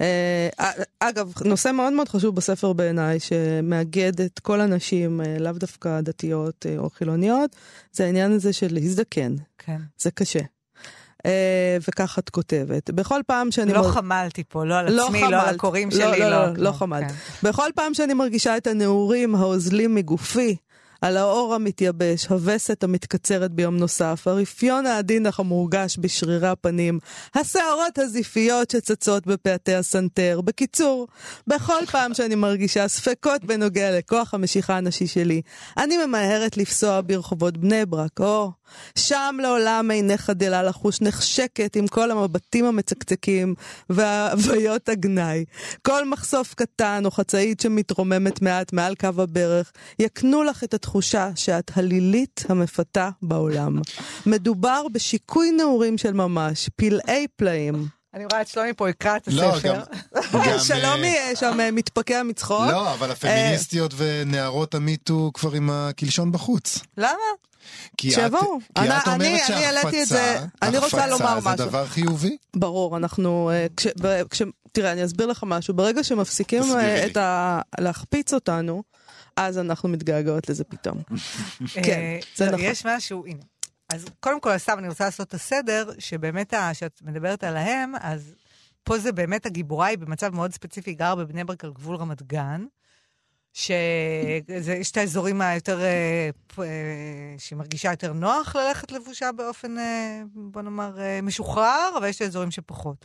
אגב, נושא מאוד מאוד חשוב בספר בעיניי, שמאגד את כל הנשים, לאו דווקא דתיות או חילוניות, זה העניין הזה של להזדקן. כן. זה קשה. וכך את כותבת. בכל פעם שאני... לא חמלתי פה, לא על עצמי, לא על הקוראים שלי. לא חמלת. בכל פעם שאני מרגישה את הנעורים האוזלים מגופי, על האור המתייבש, הווסת המתקצרת ביום נוסף, הרפיון העדין אך המורגש בשרירי הפנים, השערות הזיפיות שצצות בפאתי הסנטר. בקיצור, בכל פעם שאני מרגישה ספקות בנוגע לכוח המשיכה הנשי שלי, אני ממהרת לפסוע ברחובות בני ברק, שם לעולם איני חדלה לחוש נחשקת עם כל המבטים המצקצקים וההוויות הגנאי. כל מחשוף קטן או חצאית שמתרוממת מעט מעל קו הברך, יקנו לך את התחושה שאת הלילית המפתה בעולם. מדובר בשיקוי נעורים של ממש, פלאי פלאים. אני רואה את שלומי פה יקרא את הספר. שלומי שם מתפקע מצחוק. לא, אבל הפמיניסטיות ונערות המיתו כבר עם הקלשון בחוץ. למה? כי את אומרת שהחפצה זה דבר חיובי? ברור, אנחנו, תראה, אני אסביר לך משהו, ברגע שמפסיקים להחפיץ אותנו, אז אנחנו מתגעגעות לזה פתאום. כן, זה נכון. יש משהו, הנה. אז קודם כל, סתם, אני רוצה לעשות את הסדר, שבאמת, שאת מדברת עליהם, אז פה זה באמת הגיבורה היא במצב מאוד ספציפי, גר בבני ברק על גבול רמת גן, שיש את האזורים היותר, שהיא מרגישה יותר נוח ללכת לבושה באופן, בוא נאמר, משוחרר, אבל יש את האזורים שפחות.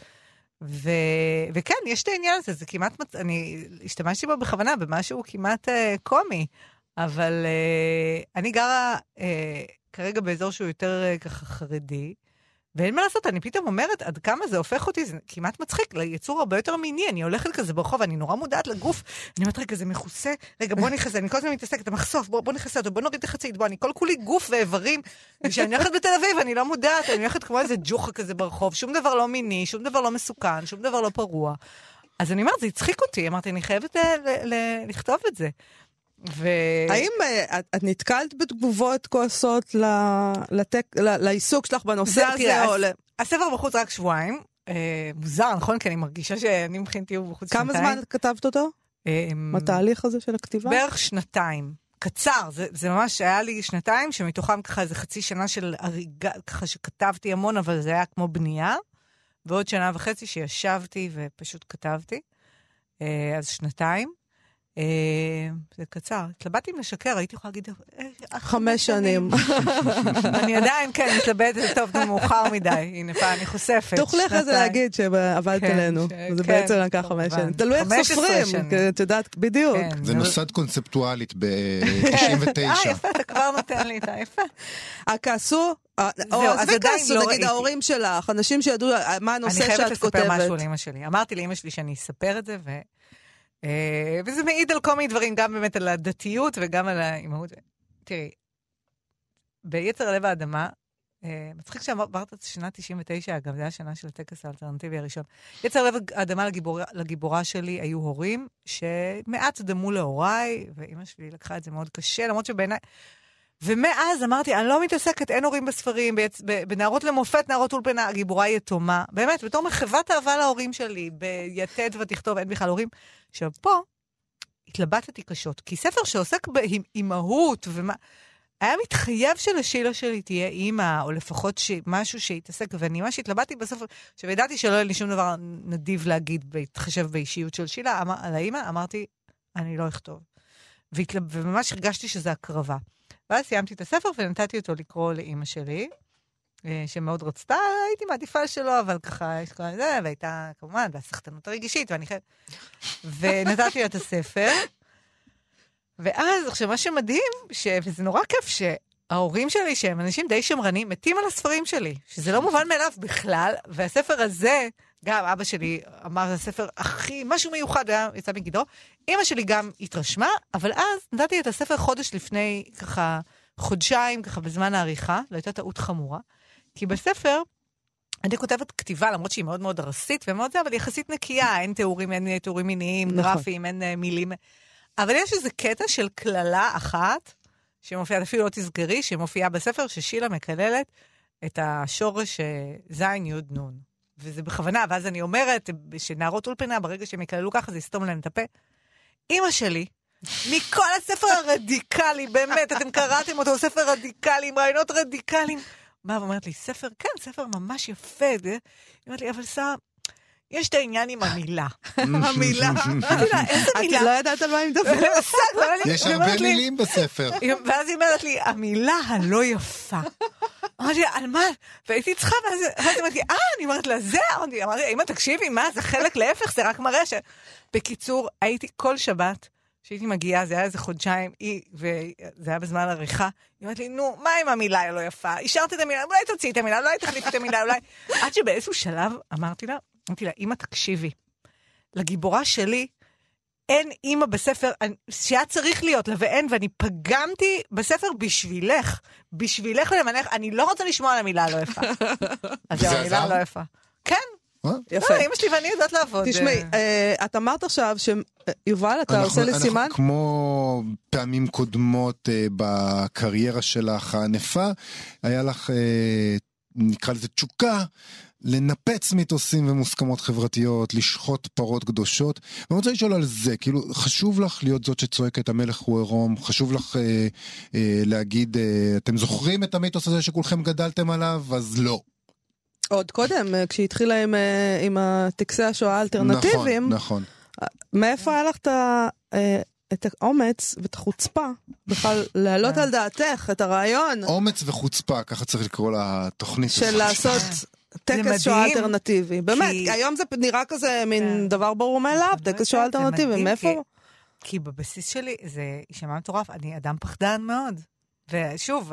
וכן, יש את העניין הזה, זה כמעט, אני השתמשתי בו בכוונה, במשהו כמעט קומי, אבל אני גרה כרגע באזור שהוא יותר ככה חרדי, ואין מה לעשות, אני פתאום אומרת, עד כמה זה הופך אותי, זה כמעט מצחיק, ליצור הרבה יותר מיני, אני הולכת כזה ברחוב, אני נורא מודעת לגוף, אני אומרת, רגע, זה מכוסה, רגע, בוא נכסה, אני כל הזמן מתעסקת, המחשוף, בוא נכסה אותו, בוא נוריד את החצאית, אני כל כולי גוף ואיברים, כשאני הולכת בתל אביב, אני לא מודעת, אני הולכת כמו איזה ג'וחה כזה ברחוב, שום דבר לא מיני, שום דבר לא מסוכן, שום דבר לא פרוע. אז אני אומרת, זה הצחיק אותי, אמרתי, אני חייבת לכתוב את זה. האם את נתקלת בתגובות כועסות לעיסוק שלך בנושא הזה? הספר בחוץ רק שבועיים, מוזר, נכון? כי אני מרגישה שאני מבחינתי הוא בחוץ שנתיים. כמה זמן כתבת אותו? בתהליך הזה של הכתיבה? בערך שנתיים. קצר, זה ממש היה לי שנתיים, שמתוכם ככה איזה חצי שנה של הריגה, ככה שכתבתי המון, אבל זה היה כמו בנייה, ועוד שנה וחצי שישבתי ופשוט כתבתי, אז שנתיים. זה קצר. התלבטתי אם לשקר, הייתי יכולה להגיד 5 שנים. אני עדיין, כן, מתלבטת, טוב, זה מאוחר מדי. הנה, פעם אני חושפת. תוכלי אחרי זה להגיד שעבדת עלינו. זה בעצם לקח 5 שנים. תלוי איך סופרים, את יודעת, בדיוק. זה נוסד קונספטואלית ב-99. יפה, אתה כבר נותן לי, אתה יפה. הכעסו, עזבי כעסו, נגיד ההורים שלך, אנשים שידעו מה הנושא שאת כותבת. אני חייבת לספר משהו לאמא שלי. אמרתי לאמא שלי שאני אספר את זה, וזה מעיד על כל מיני דברים, גם באמת על הדתיות וגם על האימהות. תראי, ביצר לב האדמה, מצחיק שעברת את שנה 99, אגב, זה היה השנה של הטקס האלטרנטיבי הראשון. יצר לב האדמה לגיבורה שלי היו הורים שמעט דמו להוריי, ואמא שלי לקחה את זה מאוד קשה, למרות שבעיניי... ומאז אמרתי, אני לא מתעסקת, אין הורים בספרים, בנערות למופת, נערות אולפנה, הגיבורה יתומה. באמת, בתור מחוות אהבה להורים שלי, ביתד ותכתוב, אין בכלל הורים. עכשיו, פה התלבטתי קשות, כי ספר שעוסק באימהות, היה מתחייב שלשילה שלי תהיה אימא, או לפחות משהו שיתעסק, ואני ממש התלבטתי בספר, וידעתי שלא היה לי שום דבר נדיב להגיד, בהתחשב באישיות של שילה, על האימא, אמרתי, אני לא אכתוב. וממש הרגשתי שזה הקרבה. ואז סיימתי את הספר ונתתי אותו לקרוא לאמא שלי, שמאוד רצתה, הייתי מעדיפה שלו, אבל ככה, יש כל זה, והייתה כמובן, והסחטנות הרגישית, ונתתי לה את הספר, ואז, עכשיו, מה שמדהים, וזה נורא כיף, שההורים שלי, שהם אנשים די שמרנים, מתים על הספרים שלי, שזה לא מובן מאליו בכלל, והספר הזה, גם אבא שלי אמר, זה הספר הכי, משהו מיוחד, יצא מגדרו, אמא שלי גם התרשמה, אבל אז נתתי את הספר חודש לפני, ככה, חודשיים, ככה, בזמן העריכה, לא הייתה טעות חמורה, כי בספר, אני כותבת כתיבה, למרות שהיא מאוד מאוד הרסית ומאוד זה, אבל יחסית נקייה, אין תיאורים מיניים, גרפיים, אין מילים. אבל יש איזה קטע של כללה אחת, שמופיעה, אפילו לא תסגרי, שמופיעה בספר, ששילה מקללת את השורש זין יוד נון. וזה בכוונה, ואז אני אומרת, שנערות אולפנה, ברגע שהם יקללו ככה, זה יסתום להם את הפה. אמא שלי, מכל הספר הרדיקלי, באמת, אתם קראתם אותו, ספר רדיקלי, עם רעיונות רדיקליים. באה ואומרת לי, ספר, כן, ספר ממש יפה. היא אומרת לי, אבל שר, יש את העניין עם המילה. המילה. איזה מילה? את לא יודעת על מה היא מדברת. יש הרבה מילים בספר. ואז היא אומרת לי, המילה הלא יפה. אמרתי לה, על מה? והייתי צריכה, ואז אמרתי, אני אומרת לה, זה, אמרתי, אמא, תקשיבי, מה? זה חלק להפך, זה רק מראה ש... בקיצור, הייתי כל שבת, שהייתי מגיעה, זה היה איזה חודשיים, וזה היה בזמן עריכה, היא אומרת לי, נו, מה עם המילה הלא יפה? השארת את המילה, אולי תוציא את המילה, אולי תחליף את המילה, אולי... עד שבאיזשהו שלב אמרתי לה, אמא, תקשיבי, לגיבורה שלי, אין אמא בספר, שהיה צריך להיות לה ואין, ואני פגמתי בספר בשבילך ולמנך, אני לא רוצה לשמוע על המילה הלא יפה. אז זה המילה הלא יפה. כן. יפה. אמא שלי ואני יודעת לעבוד. תשמעי, את אמרת עכשיו שיובל, אתה עושה לי סימן? כמו פעמים קודמות בקריירה שלך הענפה, היה לך, נקרא לזה תשוקה, לנפץ מיתוסים ומוסכמות חברתיות, לשחוט פרות קדושות. ואני רוצה לשאול על זה, כאילו, חשוב לך להיות זאת שצועקת המלך הוא עירום, חשוב לך להגיד, אתם זוכרים את המיתוס הזה שכולכם גדלתם עליו, אז לא. עוד קודם, כשהתחילה עם טקסי השואה האלטרנטיביים, נכון. מאיפה היה לך את האומץ ואת החוצפה, בכלל להעלות על דעתך את הרעיון? אומץ וחוצפה, ככה צריך לקרוא לתוכנית. של לעשות טקס שואה אלטרנטיבי. באמת, היום זה נראה כזה מין דבר ברור מאליו, טקס שואה אלטרנטיבי, מאיפה? כי בבסיס שלי, זה שמע מטורף, אני אדם פחדן מאוד. ושוב,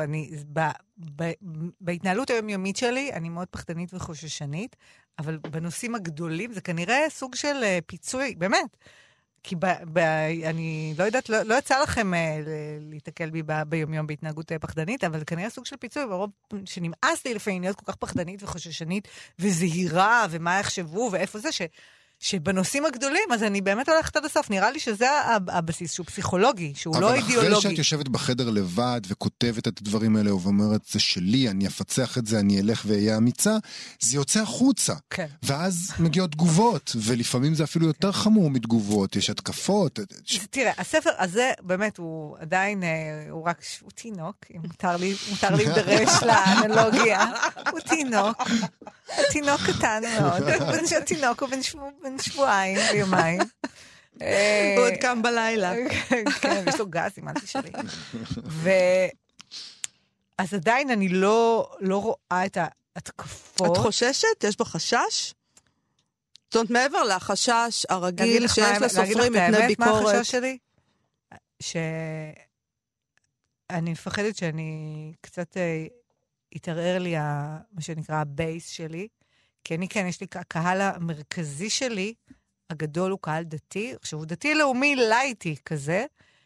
בהתנהלות היומיומית שלי, אני מאוד פחדנית וחוששנית, אבל בנושאים הגדולים, זה כנראה סוג של פיצוי, באמת. כי אני לא יודעת, לא יצא לכם להתקל בי ביומיום בהתנהגות פחדנית, אבל כנראה סוג של פיצוי, ברוב שנמאס לי לפעמים להיות כל כך פחדנית וחוששנית, וזהירה, ומה יחשבו, ואיפה זה, שבנושאים הגדולים, אז אני באמת הולכת עד הסוף, נראה לי שזה הבסיס, שהוא פסיכולוגי, שהוא לא אידיאולוגי. אבל אחרי שאת יושבת בחדר לבד, וכותבת את הדברים האלה, ואומרת, זה שלי, אני אפצח את זה, אני אלך ואהיה אמיצה, זה יוצא החוצה. כן. ואז מגיעות תגובות, ולפעמים זה אפילו יותר חמור מתגובות, יש התקפות. תראה, הספר הזה, באמת, הוא עדיין, הוא רק, הוא תינוק, אם מותר לי דרש לאנלוגיה, הוא תינוק. תינוק קטן מאוד, תינוק הוא בן שבועיים ויומיים. הוא עוד קם בלילה. כן, יש לו גז עם אנטי שלי. אז עדיין אני לא רואה את ההתקפות. את חוששת? יש בה חשש? זאת אומרת, מעבר לחשש הרגיל שיש לסופרים מפני ביקורת. מה החשש שלי? שאני מפחדת שאני קצת יתערער לי מה שנקרא הבייס שלי, כי אני כן, יש לי הקהל המרכזי שלי, הגדול הוא קהל דתי, עכשיו הוא דתי לאומי לייטי כזה,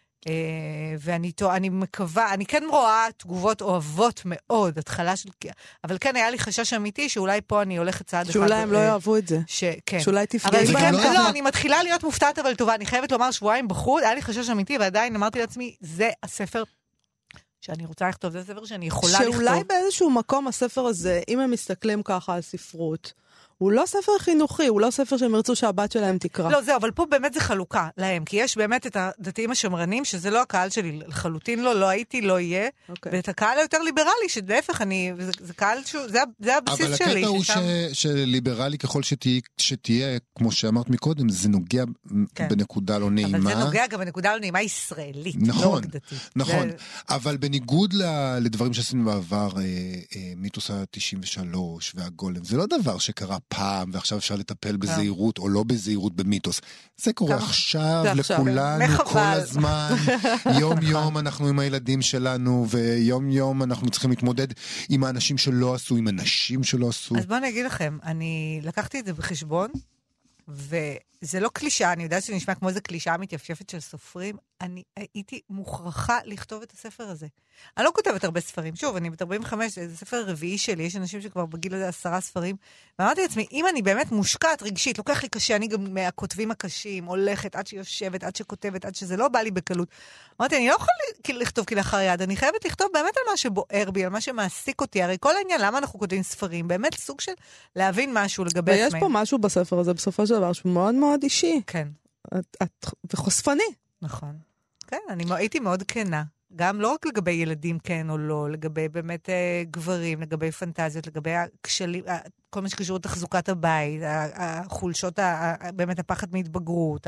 ואני מקווה, אני כן רואה תגובות אוהבות מאוד, התחלה של, אבל כן היה לי חשש אמיתי שאולי פה אני הולכת צעד אחד. שאולי הם לא יאהבו את זה. כן. שאולי תפגעי בהם. לא, אני מתחילה להיות מופתעת אבל טובה, אני חייבת לומר שבועיים בחוץ, היה לי חשש אמיתי ועדיין אמרתי לעצמי, זה הספר שאני רוצה לכתוב, זה ספר שאני יכולה לכתוב. שאולי באיזשהו מקום הספר הזה, אם הם מסתכלים ככה על ספרות, הוא לא ספר חינוכי, הוא לא ספר שהם ירצו שהבת שלהם תקרא. לא, זהו, אבל פה באמת זה חלוקה להם, כי יש באמת את הדתיים השמרנים, שזה לא הקהל שלי, לחלוטין לא הייתי, לא יהיה, ואת הקהל היותר ליברלי, שלהפך, זה קהל, זה הבסיס שלי. אבל הקטע הוא שליברלי ככל שתהיה, כמו שאמרת מקודם, זה נוגע בנקודה לא נעימה. אבל זה נוגע גם בנקודה לא נעימה ישראלית, לא רק דתית. נכון, אבל בניגוד לדברים שעשינו בעבר, מיתוס ה-93 והגולם, זה לא דבר שקרה פעם, ועכשיו אפשר לטפל בזהירות או לא בזהירות במיתוס. זה קורה עכשיו לכולנו כל הזמן. יום יום אנחנו עם הילדים שלנו, ויום יום אנחנו צריכים להתמודד עם האנשים שלא עשו, עם אנשים שלא עשו. אז בואו אני אגיד לכם, אני לקחתי את זה בחשבון, וזה לא קלישה, אני יודעת שזה נשמע כמו איזה קלישה מתייפייפת של סופרים, אני הייתי מוכרחה לכתוב את הספר הזה. אני לא כותבת הרבה ספרים. שוב, אני בת 45, זה ספר רביעי שלי, יש אנשים שכבר בגיל הזה 10 ספרים, ואמרתי לעצמי, אם אני באמת מושקעת רגשית, לוקח לי קשה, אני גם מהכותבים הקשים, הולכת עד שיושבת, עד שכותבת, עד שזה לא בא לי בקלות. אמרתי, אני לא יכולה לכתוב כלאחר יד, אני חייבת לכתוב באמת על מה שבוער בי, על מה שמעסיק אותי. הרי כל העניין, למה אנחנו כותבים ספרים? באמת סוג של להבין משהו לגבי עצמי. ויש פה משהו בספר הזה, בסופו של דבר, שהוא מאוד מאוד אישי. כן. וחושפני. נכון. כן, אני הייתי מאוד כנה. גם לא רק לגבי ילדים כן או לא, לגבי באמת גברים, לגבי פנטזיות, לגבי הכשלים, כל מה שקשור לתחזוקת הבית, החולשות, באמת הפחד מהתבגרות,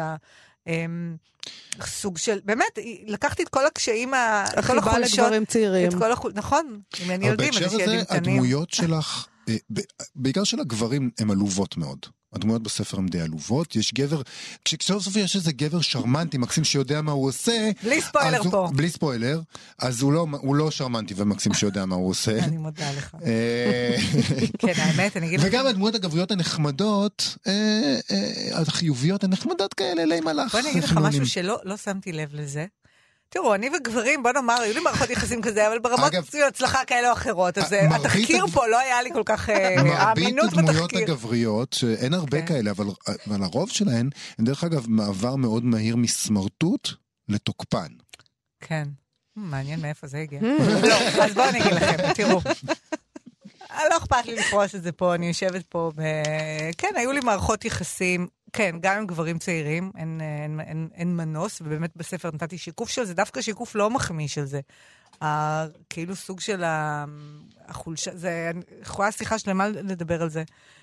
סוג של, באמת, לקחתי את כל הקשיים, כל החולשות. החיבה לגברים צעירים. נכון, אם אני ילדים, אז יש ילדים קטנים. בהקשר הזה, הדמויות שלך, בעיקר של הגברים, הן עלובות מאוד. הדמויות בספר הן די עלובות, יש גבר, כשסוף סוף יש איזה גבר שרמנטי, מקסים שיודע מה הוא עושה, בלי ספוילר פה. בלי ספוילר, אז הוא לא שרמנטי ומקסים שיודע מה הוא עושה. אני מודה לך. כן, האמת, אני אגיד לך. וגם הדמויות הגבריות הנחמדות, החיוביות הנחמדות כאלה, אלי מלאך. בוא אני אגיד לך משהו שלא שמתי לב לזה. תראו, אני וגברים, בוא נאמר, היו לי מערכות יחסים כזה, אבל ברמות הצלחה כאלה או אחרות, אז התחקיר פה לא היה לי כל כך מרבית הדמויות הגבריות, שאין הרבה כאלה, אבל הרוב שלהן, הן דרך אגב מעבר מאוד מהיר מסמרטוט לתוקפן. כן, מעניין מאיפה זה הגיע. לא, אז בואו אני אגיד לכם, תראו. לא אכפת לי לפרוס את זה פה, אני יושבת פה, כן, היו לי מערכות יחסים, כן, גם עם גברים צעירים, אין מנוס, ובאמת בספר נתתי שיקוף של זה, דווקא שיקוף לא מחמיא של זה. כאילו סוג של החולשה, זה, אני יכולה שיחה שלמה לדבר על זה.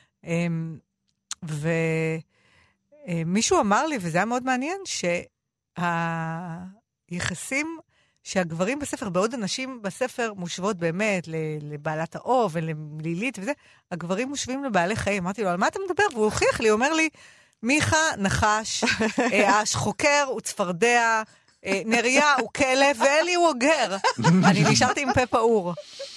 ומישהו אמר לי, וזה היה מאוד מעניין, שהיחסים שהגברים בספר, בעוד אנשים בספר מושבות באמת לבעלת האור ולמלילית וזה, הגברים מושבים לבעלי חיים. אמרתי לו, על מה אתה מדבר? והוא הוכיח לי, הוא אומר לי, מיכה נחש, אש חוקר הוא צפרדע, נריה הוא כלב, ואלי הוא אוגר. אני נשארתי עם פה פעור.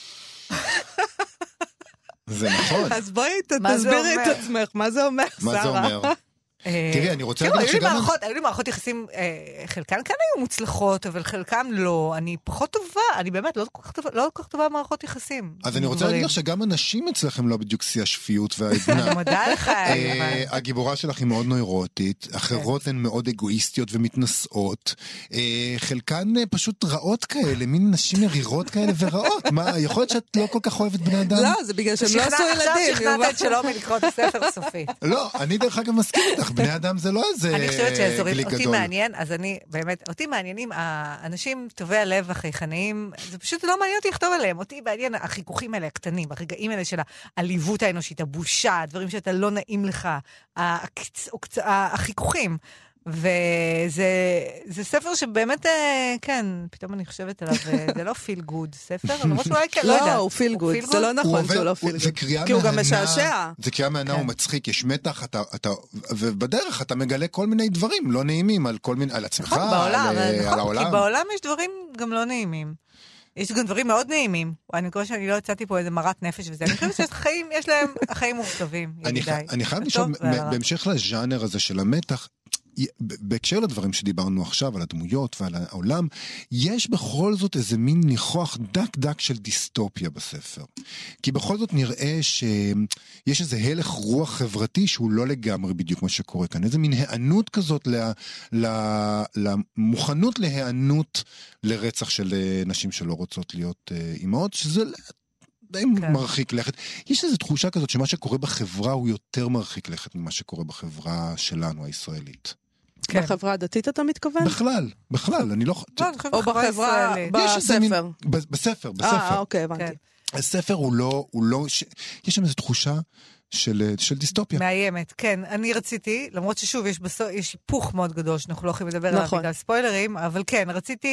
זה נכון. אז בואי תסבירי את עצמך, מה זה אומר, שרה? מה זה אומר? תראי, אני רוצה להגיד שגם... היו לי מערכות יחסים, חלקן כאן היו מוצלחות, אבל חלקן לא. אני פחות טובה, אני באמת לא כל כך טובה במערכות יחסים. אז אני רוצה להגיד לך שגם אנשים אצלכם לא בדיוק שיא השפיות והעדנה. אני מודה לך. הגיבורה שלך היא מאוד נוירוטית, אחרות הן מאוד אגואיסטיות ומתנשאות. חלקן פשוט רעות כאלה, מין נשים מרירות כאלה ורעות. מה, יכול להיות שאת לא כל כך אוהבת בני אדם? לא, זה בגלל שהם לא עשו ילדים. עכשיו שכנעת את שלומי לקרוא את הספר סופי. לא, אני דרך אגב מסכים איתך. בני אדם זה לא איזה גליק גדול. אני חושבת אותי מעניין, אז אני באמת, אותי מעניינים, האנשים טובי הלב החייכניים, זה פשוט לא מעניין אותי לכתוב עליהם, אותי מעניין החיכוכים האלה הקטנים, הרגעים האלה של העליבות האנושית, הבושה, הדברים שאתה לא נעים לך, החיכוכים. וזה ספר שבאמת, כן, פתאום אני חושבת עליו, זה לא פיל גוד ספר, למרות שאולי כן, לא יודע. לא, הוא פיל גוד, זה לא נכון שהוא לא פיל גוד. כי הוא גם משעשע. זה קריאה מהנה, הוא מצחיק, יש מתח, ובדרך אתה מגלה כל מיני דברים לא נעימים על עצמך, על העולם. כי בעולם יש דברים גם לא נעימים. יש גם דברים מאוד נעימים. אני חושב שאני לא יצאתי פה איזה מרת נפש וזה. אני חושבת שהחיים, יש להם, החיים מורכבים. אני חייב לשאול, בהמשך לז'אנר הזה של המתח, בהקשר לדברים שדיברנו עכשיו, על הדמויות ועל העולם, יש בכל זאת איזה מין ניחוח דק של דיסטופיה בספר. כי בכל זאת נראה שיש איזה הלך רוח חברתי שהוא לא לגמרי בדיוק מה שקורה כאן. איזה מין הענות כזאת למוכנות להיענות לרצח של נשים שלא רוצות להיות אימהות, שזה די מרחיק לכת. יש איזו תחושה כזאת שמה שקורה בחברה הוא יותר מרחיק לכת ממה שקורה בחברה שלנו, הישראלית. בחברה הדתית אתה מתכוון? בכלל, אני לא... או בחברה, בספר. בספר. אוקיי, הבנתי. הספר הוא לא... יש שם איזו תחושה של דיסטופיה. מאיימת, כן. אני רציתי, למרות ששוב, יש היפוך מאוד גדול שאנחנו לא יכולים לדבר עליו בגלל ספוילרים, אבל כן,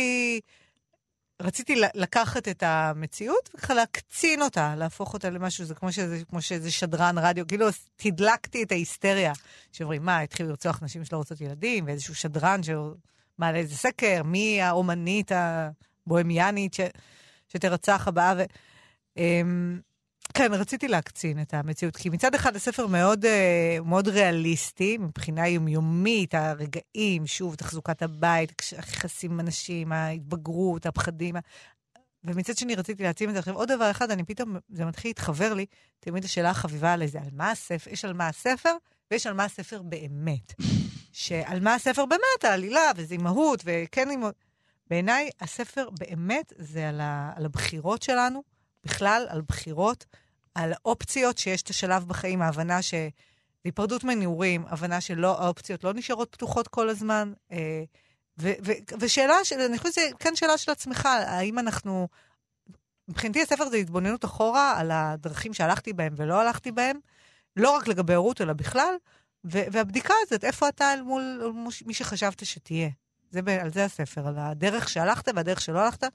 רציתי לקחת את המציאות וככה להקצין אותה, להפוך אותה למשהו, זה כמו שזה שדרן רדיו, כאילו תדלקתי את ההיסטריה, שאומרים, מה, התחילו לרצוח נשים שלא רוצות ילדים, ואיזשהו שדרן שמעלה איזה סקר, מי האומנית הבוהמיאנית שתרצח הבאה, כן, רציתי להקצין את המציאות, כי מצד אחד הספר מאוד, מאוד ריאליסטי, מבחינה יומיומית, הרגעים, שוב, תחזוקת הבית, היחסים עם אנשים, ההתבגרות, הפחדים, ומצד שני רציתי להציע את זה. עכשיו, עוד דבר אחד, אני פתאום, זה מתחיל להתחבר לי, תמיד השאלה החביבה על זה, על מה הספר, יש על מה הספר, ויש על מה הספר באמת. שעל מה הספר באמת, העלילה, וזה אימהות, וכן אימהות. בעיניי, הספר באמת זה על הבחירות שלנו, בכלל, על בחירות, על האופציות שיש את השלב בחיים, ההבנה שהיפרדות מנעורים, הבנה האופציות לא נשארות פתוחות כל הזמן, ושאלה, אני חושבת שזה כן שאלה של עצמך, האם אנחנו, מבחינתי הספר זה התבוננות אחורה על הדרכים שהלכתי בהם ולא הלכתי בהם, לא רק לגבי הורות, אלא בכלל, והבדיקה הזאת, איפה אתה אל מול מי שחשבת שתהיה. על זה הספר, על הדרך שהלכת והדרך שלא הלכת,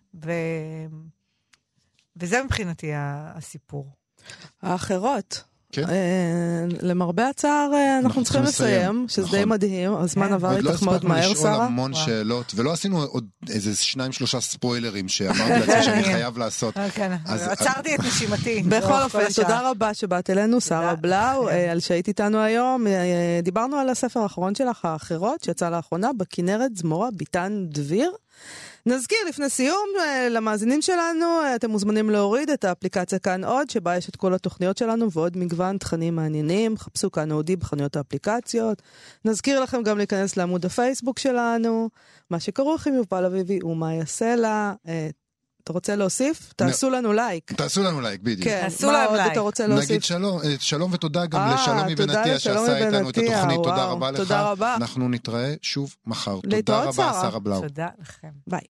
וזה מבחינתי הסיפור. האחרות. כן. למרבה הצער אנחנו צריכים לסיים, שזה די מדהים, הזמן עבר איתך מאוד מהר, שרה. עוד לא הספקנו לשאול המון שאלות, ולא עשינו עוד איזה 2-3 ספוילרים שאמרתי לעצמי שאני חייב לעשות. עצרתי את נשימתי. בכל אופן, תודה רבה שבאת אלינו, שרה בלאו, על שהיית איתנו היום. דיברנו על הספר האחרון שלך, האחרות, שיצא לאחרונה, בכנרת זמורה, ביטן דביר. נזכיר לפני סיום למאזינים שלנו, אתם מוזמנים להוריד את האפליקציה כאן עוד, שבה יש את כל התוכניות שלנו ועוד מגוון תכנים מעניינים. חפשו כאן אודי בחנויות האפליקציות. נזכיר לכם גם להיכנס לעמוד הפייסבוק שלנו, מה שכרוך עם יובל אביבי ומה יעשה לה. אתה רוצה להוסיף? תעשו לנו לייק. תעשו לנו לייק, בדיוק. כן, מה עוד אתה רוצה להוסיף? נגיד שלום ותודה גם לשלומי בנתיה שעשה איתנו את התוכנית. תודה רבה לך. אנחנו נתראה שוב מחר. תודה רבה, שרה בלאו. תודה לכם. ביי.